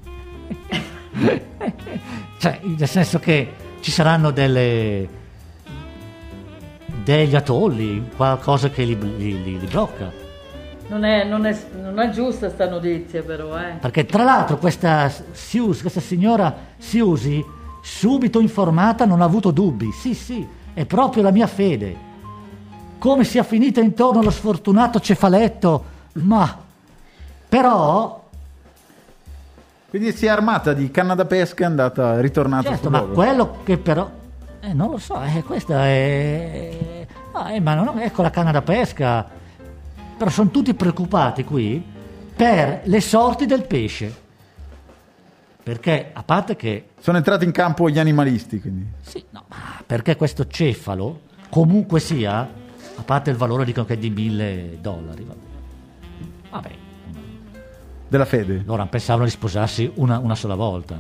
S2: Cioè, nel senso che ci saranno delle degli atolli, qualcosa che li, li, li, li blocca.
S3: Non è, non, è, non è giusta sta notizia però, eh.
S2: Perché tra l'altro questa Sius, questa signora Siusi, subito informata, non ha avuto dubbi. Sì, sì, è proprio la mia fede. Come sia finita intorno allo sfortunato cefaletto, ma però...
S1: Quindi si è armata di canna da pesca e è andata, è ritornata
S2: Certo,
S1: sul
S2: ma
S1: luogo.
S2: quello che però... Eh, non lo so, eh, questa è... No, eh, ma non ecco la canna da pesca. Però sono tutti preoccupati qui per le sorti del pesce. Perché, a parte che...
S1: Sono entrati in campo gli animalisti, quindi.
S2: Sì, no, ma perché questo cefalo, comunque sia, a parte il valore dicono che è di mille dollari, vabbè. Vabbè.
S1: Della fede.
S2: Loro pensavano di sposarsi una, una sola volta.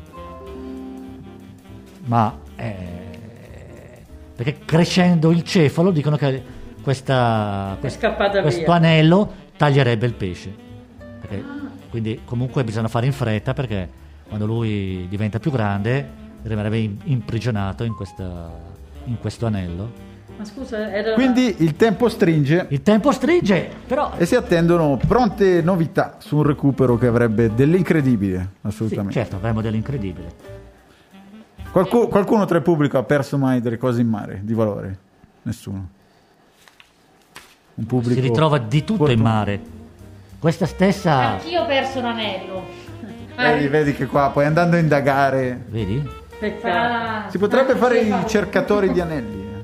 S2: Ma... Eh, perché crescendo il cefalo dicono che questa, quest-
S3: scappata
S2: questo
S3: via.
S2: anello taglierebbe il pesce. Perché, quindi comunque bisogna fare in fretta perché quando lui diventa più grande rimarrebbe in- imprigionato in, questa, in questo anello.
S3: Ma scusa, era...
S1: Quindi il tempo stringe
S2: Il tempo stringe, però...
S1: e si attendono pronte novità su un recupero che avrebbe dell'incredibile,
S2: Sì,
S1: assolutamente.
S2: certo, avremo dell'incredibile.
S1: Qualcu- qualcuno tra il pubblico ha perso mai delle cose in mare di valore? Nessuno. Un pubblico
S2: Si ritrova di tutto in
S1: fortunato.
S2: mare. Questa stessa...
S4: Anch'io ho perso un anello.
S1: Vedi, vedi che qua poi andando a indagare
S2: Vedi?
S3: Peccato.
S4: Ah,
S1: si potrebbe
S4: ah,
S1: fare
S4: sì,
S1: i
S4: fa-
S1: cercatori di anelli. eh.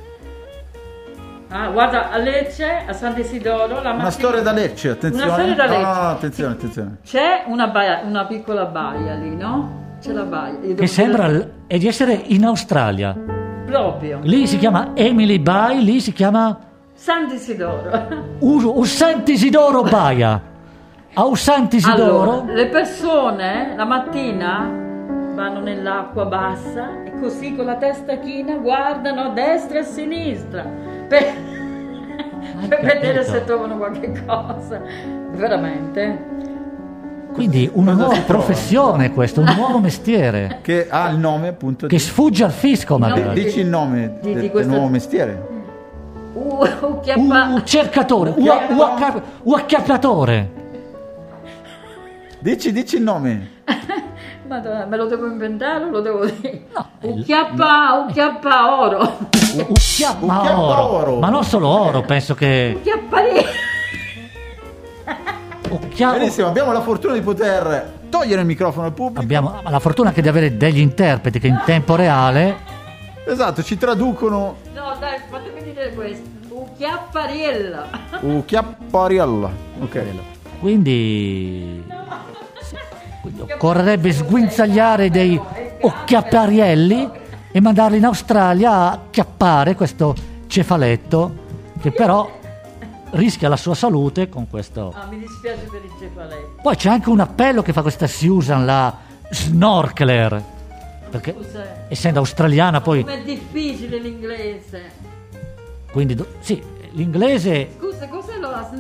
S3: Ah, guarda, a Lecce, a Sant'Isidoro, la
S1: Una
S3: mattina-
S1: storia da Lecce, attenzione.
S3: Una storia da
S1: No, no,
S3: Lecce.
S1: no, attenzione, attenzione.
S3: C'è una, baia, una piccola baia lì, no? C'è la baia. Io devo
S2: Che sembra
S3: dire-
S2: l- è di essere in Australia.
S3: Proprio.
S2: Lì si chiama Emily Bay, lì si chiama
S3: Sant'Isidoro.
S2: U- Sant'Isidoro Baia. A Sant'Isidoro
S3: Allora, le persone la mattina vanno nell'acqua bassa e così con la testa china guardano a destra e a sinistra per, per vedere
S2: capito.
S3: se trovano qualche cosa. Veramente.
S2: quindi una
S1: Cosa
S2: nuova
S1: si trova?
S2: professione questo, un nuovo mestiere
S1: Che ha il nome appunto
S2: che
S1: di...
S2: sfugge al fisco
S3: No,
S2: magari.
S1: Dici il nome
S3: Di-
S1: del,
S3: di questo-
S1: del nuovo mestiere.
S3: Uh, uh, chiappa-
S2: Un cercatore, un
S1: Chiappa-
S2: un acca- un acchiappatore.
S1: Dici, dici il nome.
S3: Madonna, me lo devo inventare o lo devo dire?
S2: No,
S3: un
S2: il-
S3: chiappa, un chiappa oro.
S2: Un chiappa
S1: Un chiappa
S2: oro.
S1: oro.
S2: Ma non solo oro, penso che
S3: Un chiappa lì.
S2: un chia-
S1: Benissimo, abbiamo la fortuna di poter togliere il microfono al pubblico.
S2: abbiamo la fortuna che di avere degli interpreti che in tempo reale
S1: Esatto, ci traducono
S3: No, dai, fatemi dire questo. Un chiappariella.
S1: un chiappariella. Ok.
S2: Quindi, sì, quindi occorrerebbe sguinzagliare dei occhiapparielli e mandarli in Australia a chiappare questo cefaletto che però rischia la sua salute con questo.
S3: Ah, mi dispiace per il cefaletto.
S2: Poi c'è anche un appello che fa questa Susan, la snorkeler, perché
S3: Scusa,
S2: essendo australiana poi,
S3: com'è difficile l'inglese.
S2: quindi do- sì, l'inglese
S3: Scusa, cos'è lo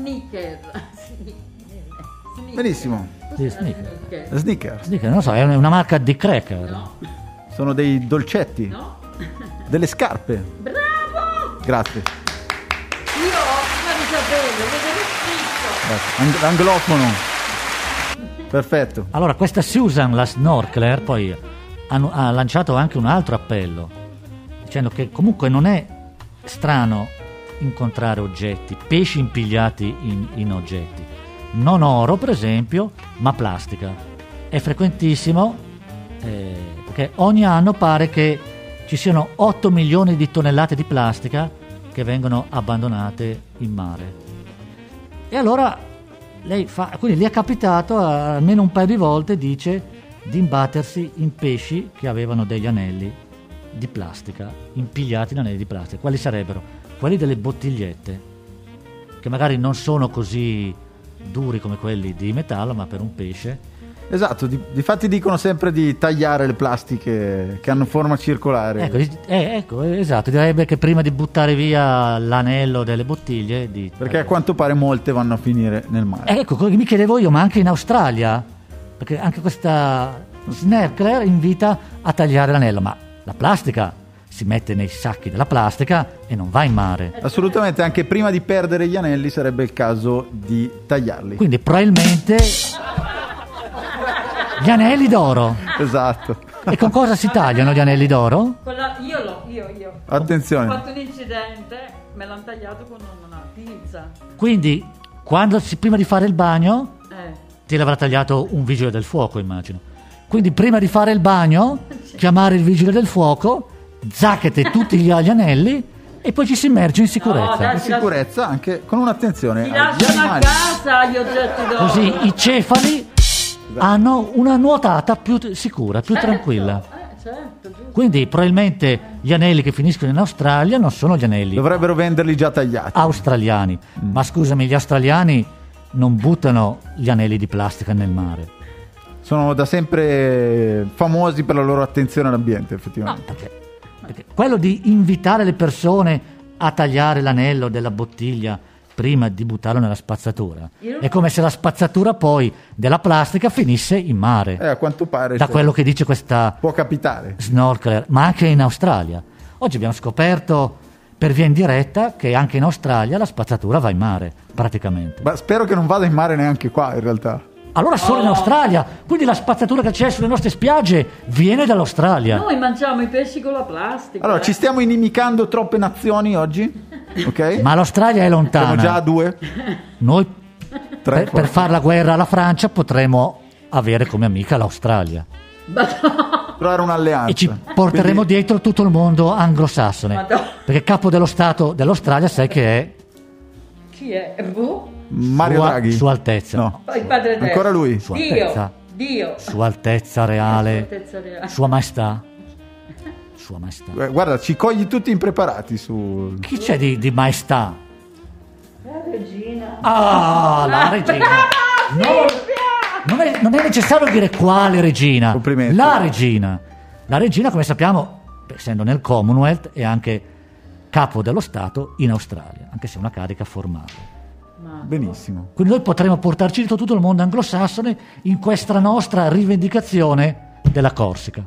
S3: Snicker.
S1: Benissimo.
S2: Sì, Snicker.
S1: Snickers.
S2: Snicker, non so, è una marca di cracker.
S3: No.
S1: Sono dei dolcetti.
S3: No.
S1: Delle scarpe.
S3: Bravo!
S1: Grazie.
S3: Io prima di saperlo, vedevo scritto.
S1: Grazie. Ang- anglofono. Perfetto.
S2: Allora, questa Susan, la snorkeler, poi ha, ha lanciato anche un altro appello, dicendo che comunque non è strano incontrare oggetti, pesci impigliati in, in oggetti. Non oro, per esempio, ma plastica. È frequentissimo, eh, perché ogni anno pare che ci siano otto milioni di tonnellate di plastica che vengono abbandonate in mare. E allora lei fa, quindi gli è capitato almeno un paio di volte, dice, di imbattersi in pesci che avevano degli anelli di plastica, impigliati in anelli di plastica. Quali sarebbero? Quelli delle bottigliette, che magari non sono così duri come quelli di metallo, ma per un pesce.
S1: Esatto, di, difatti dicono sempre di tagliare le plastiche che hanno forma circolare.
S2: Ecco, eh, ecco, esatto, direbbe che prima di buttare via l'anello delle bottiglie di
S1: Perché a quanto pare molte vanno a finire nel mare.
S2: Eh, ecco, quello che mi chiedevo io, ma anche in Australia, perché anche questa snorkeler invita a tagliare l'anello, ma la plastica si mette nei sacchi della plastica e non va in mare.
S1: Assolutamente, anche prima di perdere gli anelli sarebbe il caso di tagliarli.
S2: Quindi probabilmente gli anelli d'oro.
S1: Esatto.
S2: E con cosa si tagliano gli anelli d'oro?
S3: Con la- io lo, io, io.
S1: Attenzione.
S3: Ho fatto un incidente, me l'hanno tagliato con una pinza.
S2: Quindi quando si, prima di fare il bagno
S3: Eh.
S2: ti l'avrà tagliato un vigile del fuoco, immagino. Quindi prima di fare il bagno chiamare il vigile del fuoco, zacchete tutti gli, gli anelli e poi ci si immerge in sicurezza.
S3: No, dai.
S1: In sicurezza anche con un'attenzione
S3: Si
S1: agli
S3: lasciano a
S1: animali.
S3: casa gli oggetti d'oro.
S2: Così i cefali hanno una nuotata più t- sicura, più
S3: Certo,
S2: tranquilla.
S3: Eh, certo, giusto.
S2: Quindi probabilmente gli anelli che finiscono in Australia non sono gli anelli
S1: Dovrebbero venderli già tagliati.
S2: australiani. Ma scusami, gli australiani non buttano gli anelli di plastica nel mare.
S1: Sono da sempre famosi per la loro attenzione all'ambiente,
S2: No,
S1: effettivamente.
S2: perché, perché quello di invitare le persone a tagliare l'anello della bottiglia prima di buttarlo nella spazzatura
S3: Io-
S2: è come se la spazzatura poi della plastica finisse in mare,
S1: Eh, a quanto pare
S2: da
S1: cioè,
S2: quello che dice questa
S1: può capitare.
S2: snorkeler, ma anche in Australia. Oggi abbiamo scoperto per via indiretta che anche in Australia la spazzatura va in mare, praticamente.
S1: Ma spero che non vada in mare neanche qua, in realtà.
S2: Allora solo in Australia, quindi la spazzatura che c'è sulle nostre spiagge viene dall'Australia.
S3: Noi mangiamo i pesci con la plastica.
S1: Allora,
S3: eh.
S1: ci stiamo inimicando troppe nazioni oggi? Ok?
S2: Ma l'Australia è
S1: Siamo
S2: lontana.
S1: già a due?
S2: Noi
S1: Tre?
S2: per, per
S1: forse.
S2: fare la guerra alla Francia potremo avere come amica l'Australia
S1: Trovare un'alleanza.
S2: e ci porteremo
S1: Quindi,
S2: dietro tutto il mondo anglosassone,
S3: Madonna.
S2: perché capo dello Stato dell'Australia sai che è
S3: Chi è? V?
S1: Mario
S2: Sua,
S1: Draghi?
S2: Sua Altezza.
S1: No.
S3: Il padre eterno.
S1: Ancora lui?
S2: Sua
S3: Dio.
S2: Altezza.
S3: Dio.
S2: Sua Altezza Reale,
S3: Sua Altezza Reale.
S2: Sua Maestà. Sua Maestà.
S1: Eh, Guarda, ci cogli tutti impreparati su...
S2: Chi c'è di, di Maestà?
S3: La regina.
S2: Ah, la regina. Non, non è, non è necessario dire quale regina.
S1: Complimenti.
S2: La regina. La regina, come sappiamo, essendo nel Commonwealth, è anche capo dello Stato in Australia, anche se è una carica formale.
S3: Ma
S1: Benissimo.
S2: Quindi noi potremo portarci dietro tutto il mondo anglosassone in questa nostra rivendicazione della Corsica.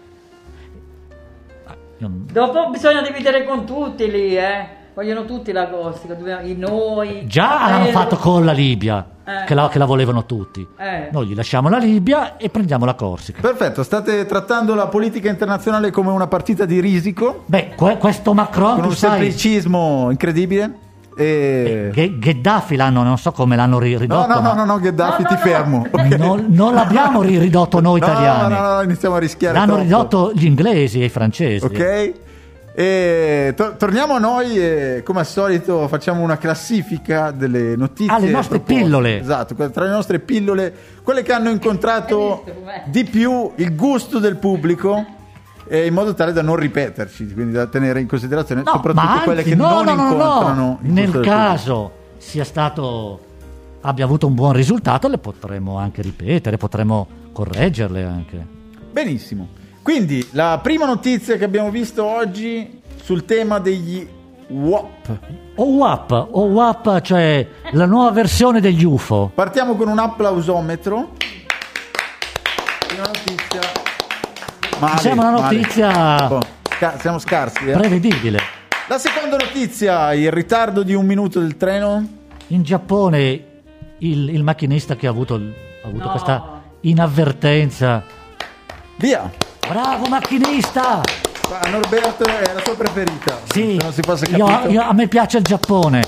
S2: Ah, io non-
S3: dopo bisogna dividere con tutti lì, eh. Vogliono tutti la Corsica, dobbiamo- i noi.
S2: Già l'hanno
S3: Eh,
S2: fatto con la Libia,
S3: Eh.
S2: che, la, che la volevano tutti.
S3: Eh.
S2: Noi gli lasciamo la Libia e prendiamo la Corsica.
S1: Perfetto, state trattando la politica internazionale come una partita di risico,
S2: Beh, que- questo Macron,
S1: con
S2: tu
S1: un
S2: sai,
S1: semplicismo incredibile. E...
S2: Ghe- Gheddafi l'hanno, non so come l'hanno ri-
S1: No,
S2: ridotto,
S1: no, no,
S2: ma
S1: no, no, Gheddafi,
S3: No,
S1: ti
S3: no, no.
S1: fermo. ok?
S2: non, non l'abbiamo ri- ridotto noi
S1: No,
S2: italiani,
S1: No, no, no, iniziamo a rischiare.
S2: l'hanno
S1: troppo.
S2: ridotto gli inglesi e i francesi.
S1: Ok? E to- torniamo a noi e come al solito facciamo una classifica delle notizie.
S2: Ah, le nostre
S1: proposte.
S2: pillole.
S1: Esatto, que- tra le nostre pillole, quelle che hanno incontrato
S3: Hai visto com'è?
S1: di più il gusto del pubblico, eh, in modo tale da non ripeterci, quindi da tenere in considerazione
S2: No,
S1: soprattutto
S2: ma
S1: quelle
S2: anzi,
S1: che
S2: no,
S1: non
S2: no, no, no,
S1: incontrano il
S2: nel
S1: gusto del
S2: caso sia stato abbia avuto un buon risultato, le potremo anche ripetere, potremo correggerle anche.
S1: pubblico. Benissimo. Quindi la prima notizia che abbiamo visto oggi sul tema degli W A P.
S2: O W A P, o W A P, cioè la nuova versione degli U F O.
S1: Partiamo con un applausometro. Una notizia. Male,
S2: Sembra una
S1: male.
S2: notizia
S1: Oh, sca- siamo scarsi. Eh?
S2: prevedibile.
S1: La seconda notizia, il ritardo di un minuto del treno.
S2: In Giappone il, il macchinista che ha avuto, ha avuto
S3: No.
S2: questa inavvertenza.
S1: Via.
S2: Bravo macchinista!
S1: Ah, Norberto è la sua preferita.
S2: Sì,
S1: Se non si fosse
S2: io-
S1: capito.
S2: io- a me piace il Giappone.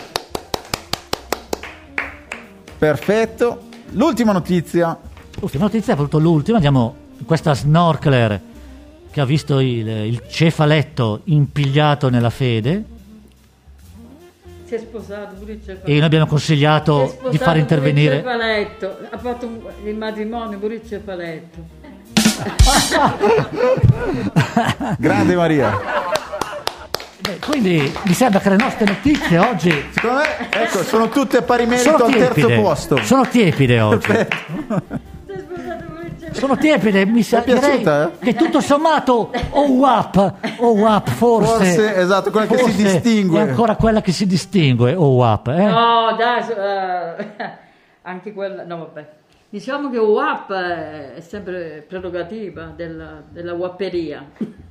S1: Perfetto. L'ultima notizia.
S2: L'ultima notizia è proprio l'ultima. Andiamo questa snorkeler che ha visto il, il cefaletto impigliato nella fede
S3: Si è sposato pure il cefaletto.
S2: e noi abbiamo
S3: Si è
S2: consigliato
S3: sposato
S2: di far
S3: pure
S2: intervenire.
S3: il cefaletto. Ha fatto un- il matrimonio pure il cefaletto.
S1: Grande Maria.
S2: Beh, quindi mi sembra che le nostre notizie oggi
S1: Secondo me, ecco, sono tutte a pari merito
S2: sono
S1: al terzo
S2: tiepide.
S1: posto.
S2: Sono tiepide oggi.
S3: Si è sposato pure il cefaletto.
S2: Sono tiepide, mi sa
S1: Ti è
S2: direi
S1: piaciuta, eh?
S2: che tutto sommato o W A P, o W A P forse,
S1: Forse, esatto, quella che si
S2: forse
S1: distingue.
S2: è ancora quella che si distingue, o W A P, eh?
S3: No, dai, so- eh, anche quella. No, vabbè. Diciamo che W A P è sempre prerogativa della, della guapperia.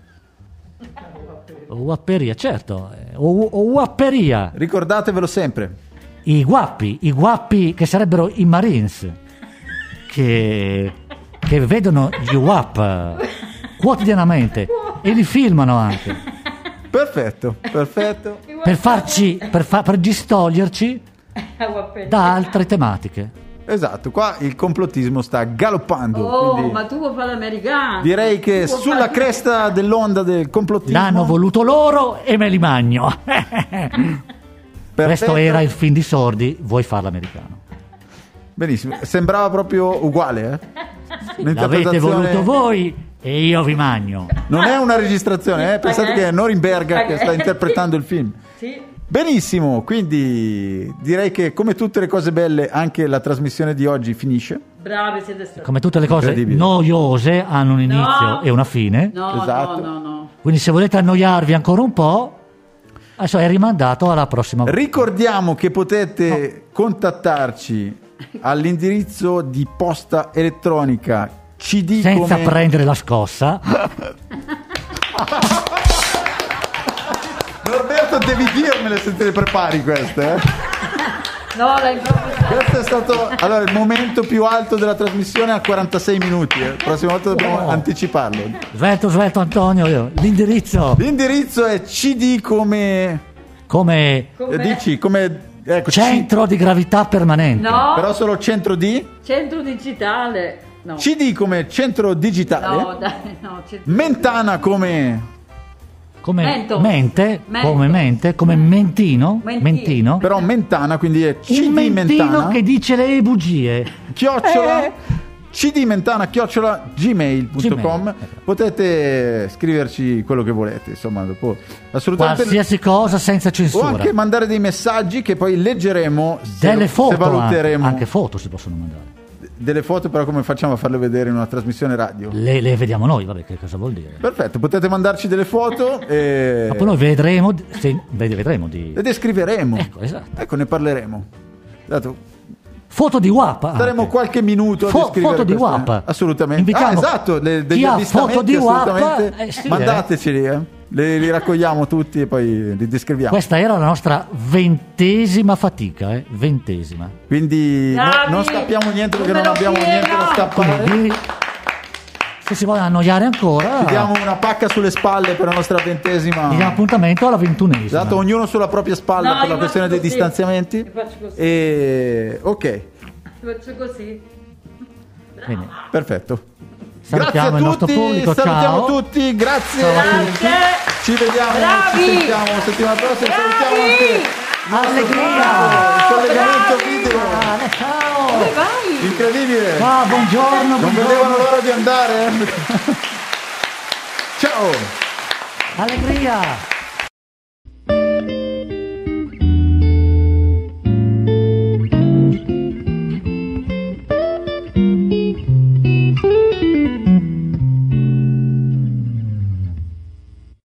S2: O guapperia, certo, eh, o, o guapperia.
S1: Ricordatevelo sempre.
S2: I guappi, i guappi che sarebbero i Marines, che, che vedono gli W A P quotidianamente e li filmano anche
S1: Perfetto, perfetto.
S2: per farci, per, fa, per distoglierci
S3: La guapperia.
S2: da altre tematiche.
S1: Esatto, qua il complottismo sta galoppando.
S3: Oh,
S1: quindi
S3: ma tu vuoi fare l'americano?
S1: direi che
S3: Tu vuoi
S1: sulla
S3: fare-
S1: cresta dell'onda del complottismo.
S2: L'hanno voluto loro e me li magno.
S1: Perfetto.
S2: Questo era il film di Sordi, vuoi farlo americano.
S1: Benissimo, sembrava proprio uguale, eh?
S2: L'avete
S1: Un'interpretazione-
S2: voluto voi e io vi magno.
S1: Non è una registrazione, eh? Pensate che è Norimberga che sta interpretando il film.
S3: Sì.
S1: Benissimo, quindi direi che come tutte le cose belle anche la trasmissione di oggi finisce.
S3: Bravi siete stati.
S2: Come tutte le cose
S1: Incredibile.
S2: noiose hanno un inizio
S3: No.
S2: e una fine.
S3: No,
S1: Esatto.
S3: no, no, no.
S2: Quindi se volete annoiarvi ancora un po', adesso è rimandato alla prossima volta.
S1: Ricordiamo che potete contattarci all'indirizzo di posta elettronica cd
S2: Senza
S1: come...
S2: prendere la scossa.
S1: Norberto, devi dirmele se te le prepari queste, eh?
S3: No, la improvvisata.
S1: Questo è stato allora, il momento più alto della trasmissione a quarantasei minuti. Eh. La prossima volta dobbiamo
S2: No.
S1: anticiparlo.
S2: Svelto, svelto Antonio, io. L'indirizzo
S1: L'indirizzo è cd come...
S2: come
S1: eh,
S3: Com'è?
S1: dici, come... Ecco, C-
S2: centro di gravità permanente.
S3: No,
S1: però solo centro di...
S3: centro digitale. No.
S1: cd come centro digitale.
S3: No, dai, no. centro-
S1: Mentana come...
S2: Come
S3: Mento.
S2: mente,
S3: Mento.
S2: come mente, come mentino,
S3: Mentino.
S2: mentino.
S1: Però Mentana, quindi è cd
S2: Un mentino
S1: Mentana.
S2: che dice le bugie.
S1: Chiocciola...
S2: Eh.
S1: cdmentana chiocciola gmail punto com.
S2: Gmail.
S1: Potete scriverci quello che volete, insomma, dopo assolutamente
S2: Qualsiasi cosa senza
S1: o
S2: censura.
S1: anche mandare dei messaggi che poi leggeremo se,
S2: Delle
S1: se
S2: foto anche,
S1: valuteremo.
S2: anche foto si possono mandare.
S1: Delle foto, però come facciamo a farle vedere in una trasmissione radio?
S2: Le, le vediamo noi, vabbè, che cosa vuol dire?
S1: Perfetto, potete mandarci delle foto e
S2: Ma poi noi vedremo, se, vedremo di
S1: le descriveremo.
S2: Ecco, esatto.
S1: Ecco, ne parleremo. Dato,
S2: foto di W A P.
S1: staremo
S2: anche.
S1: qualche minuto a
S2: Fo-
S1: descrivere
S2: foto di
S1: queste-
S2: W A P.
S1: Assolutamente.
S2: Invitiamo
S1: Ah, esatto, le- degli
S2: chi ha
S1: avvistamenti
S2: foto di W A P,
S1: assolutamente.
S2: eh, sì,
S1: Mandateceli, eh. Le- li raccogliamo tutti e poi li descriviamo.
S2: Questa era la nostra ventesima fatica, eh? Ventesima.
S1: Quindi no-
S3: Bravi!
S1: non scappiamo niente perché non
S3: Numero
S1: abbiamo
S3: pieno!
S1: niente da scappare.
S2: Quindi, se si vuole annoiare ancora,
S1: Ci diamo una pacca sulle spalle per la nostra ventesima.
S2: vi diamo appuntamento alla ventunesima.
S1: Esatto, ognuno sulla propria spalla
S3: No,
S1: per la
S3: io
S1: questione
S3: faccio
S1: dei
S3: così.
S1: distanziamenti.
S3: Io faccio così.
S1: E ok,
S3: Faccio così.
S2: Bene.
S1: perfetto.
S2: Salutiamo
S1: Grazie
S2: il
S1: a
S2: nostro
S1: tutti,
S2: pubblico,
S1: salutiamo
S2: ciao.
S1: tutti, grazie.
S2: Ciao a tutti.
S3: Grazie.
S1: Ci vediamo,
S3: Bravi.
S1: ci sentiamo la settimana prossima. Salutiamo anche
S2: Allegria!
S1: il collegamento
S3: Bravi.
S1: video.
S2: Ah, ciao!
S3: Dove vai?
S1: Incredibile.
S2: Ciao, buongiorno,
S1: Non
S2: buongiorno.
S1: vedevano l'ora di andare. Ciao.
S2: Allegria!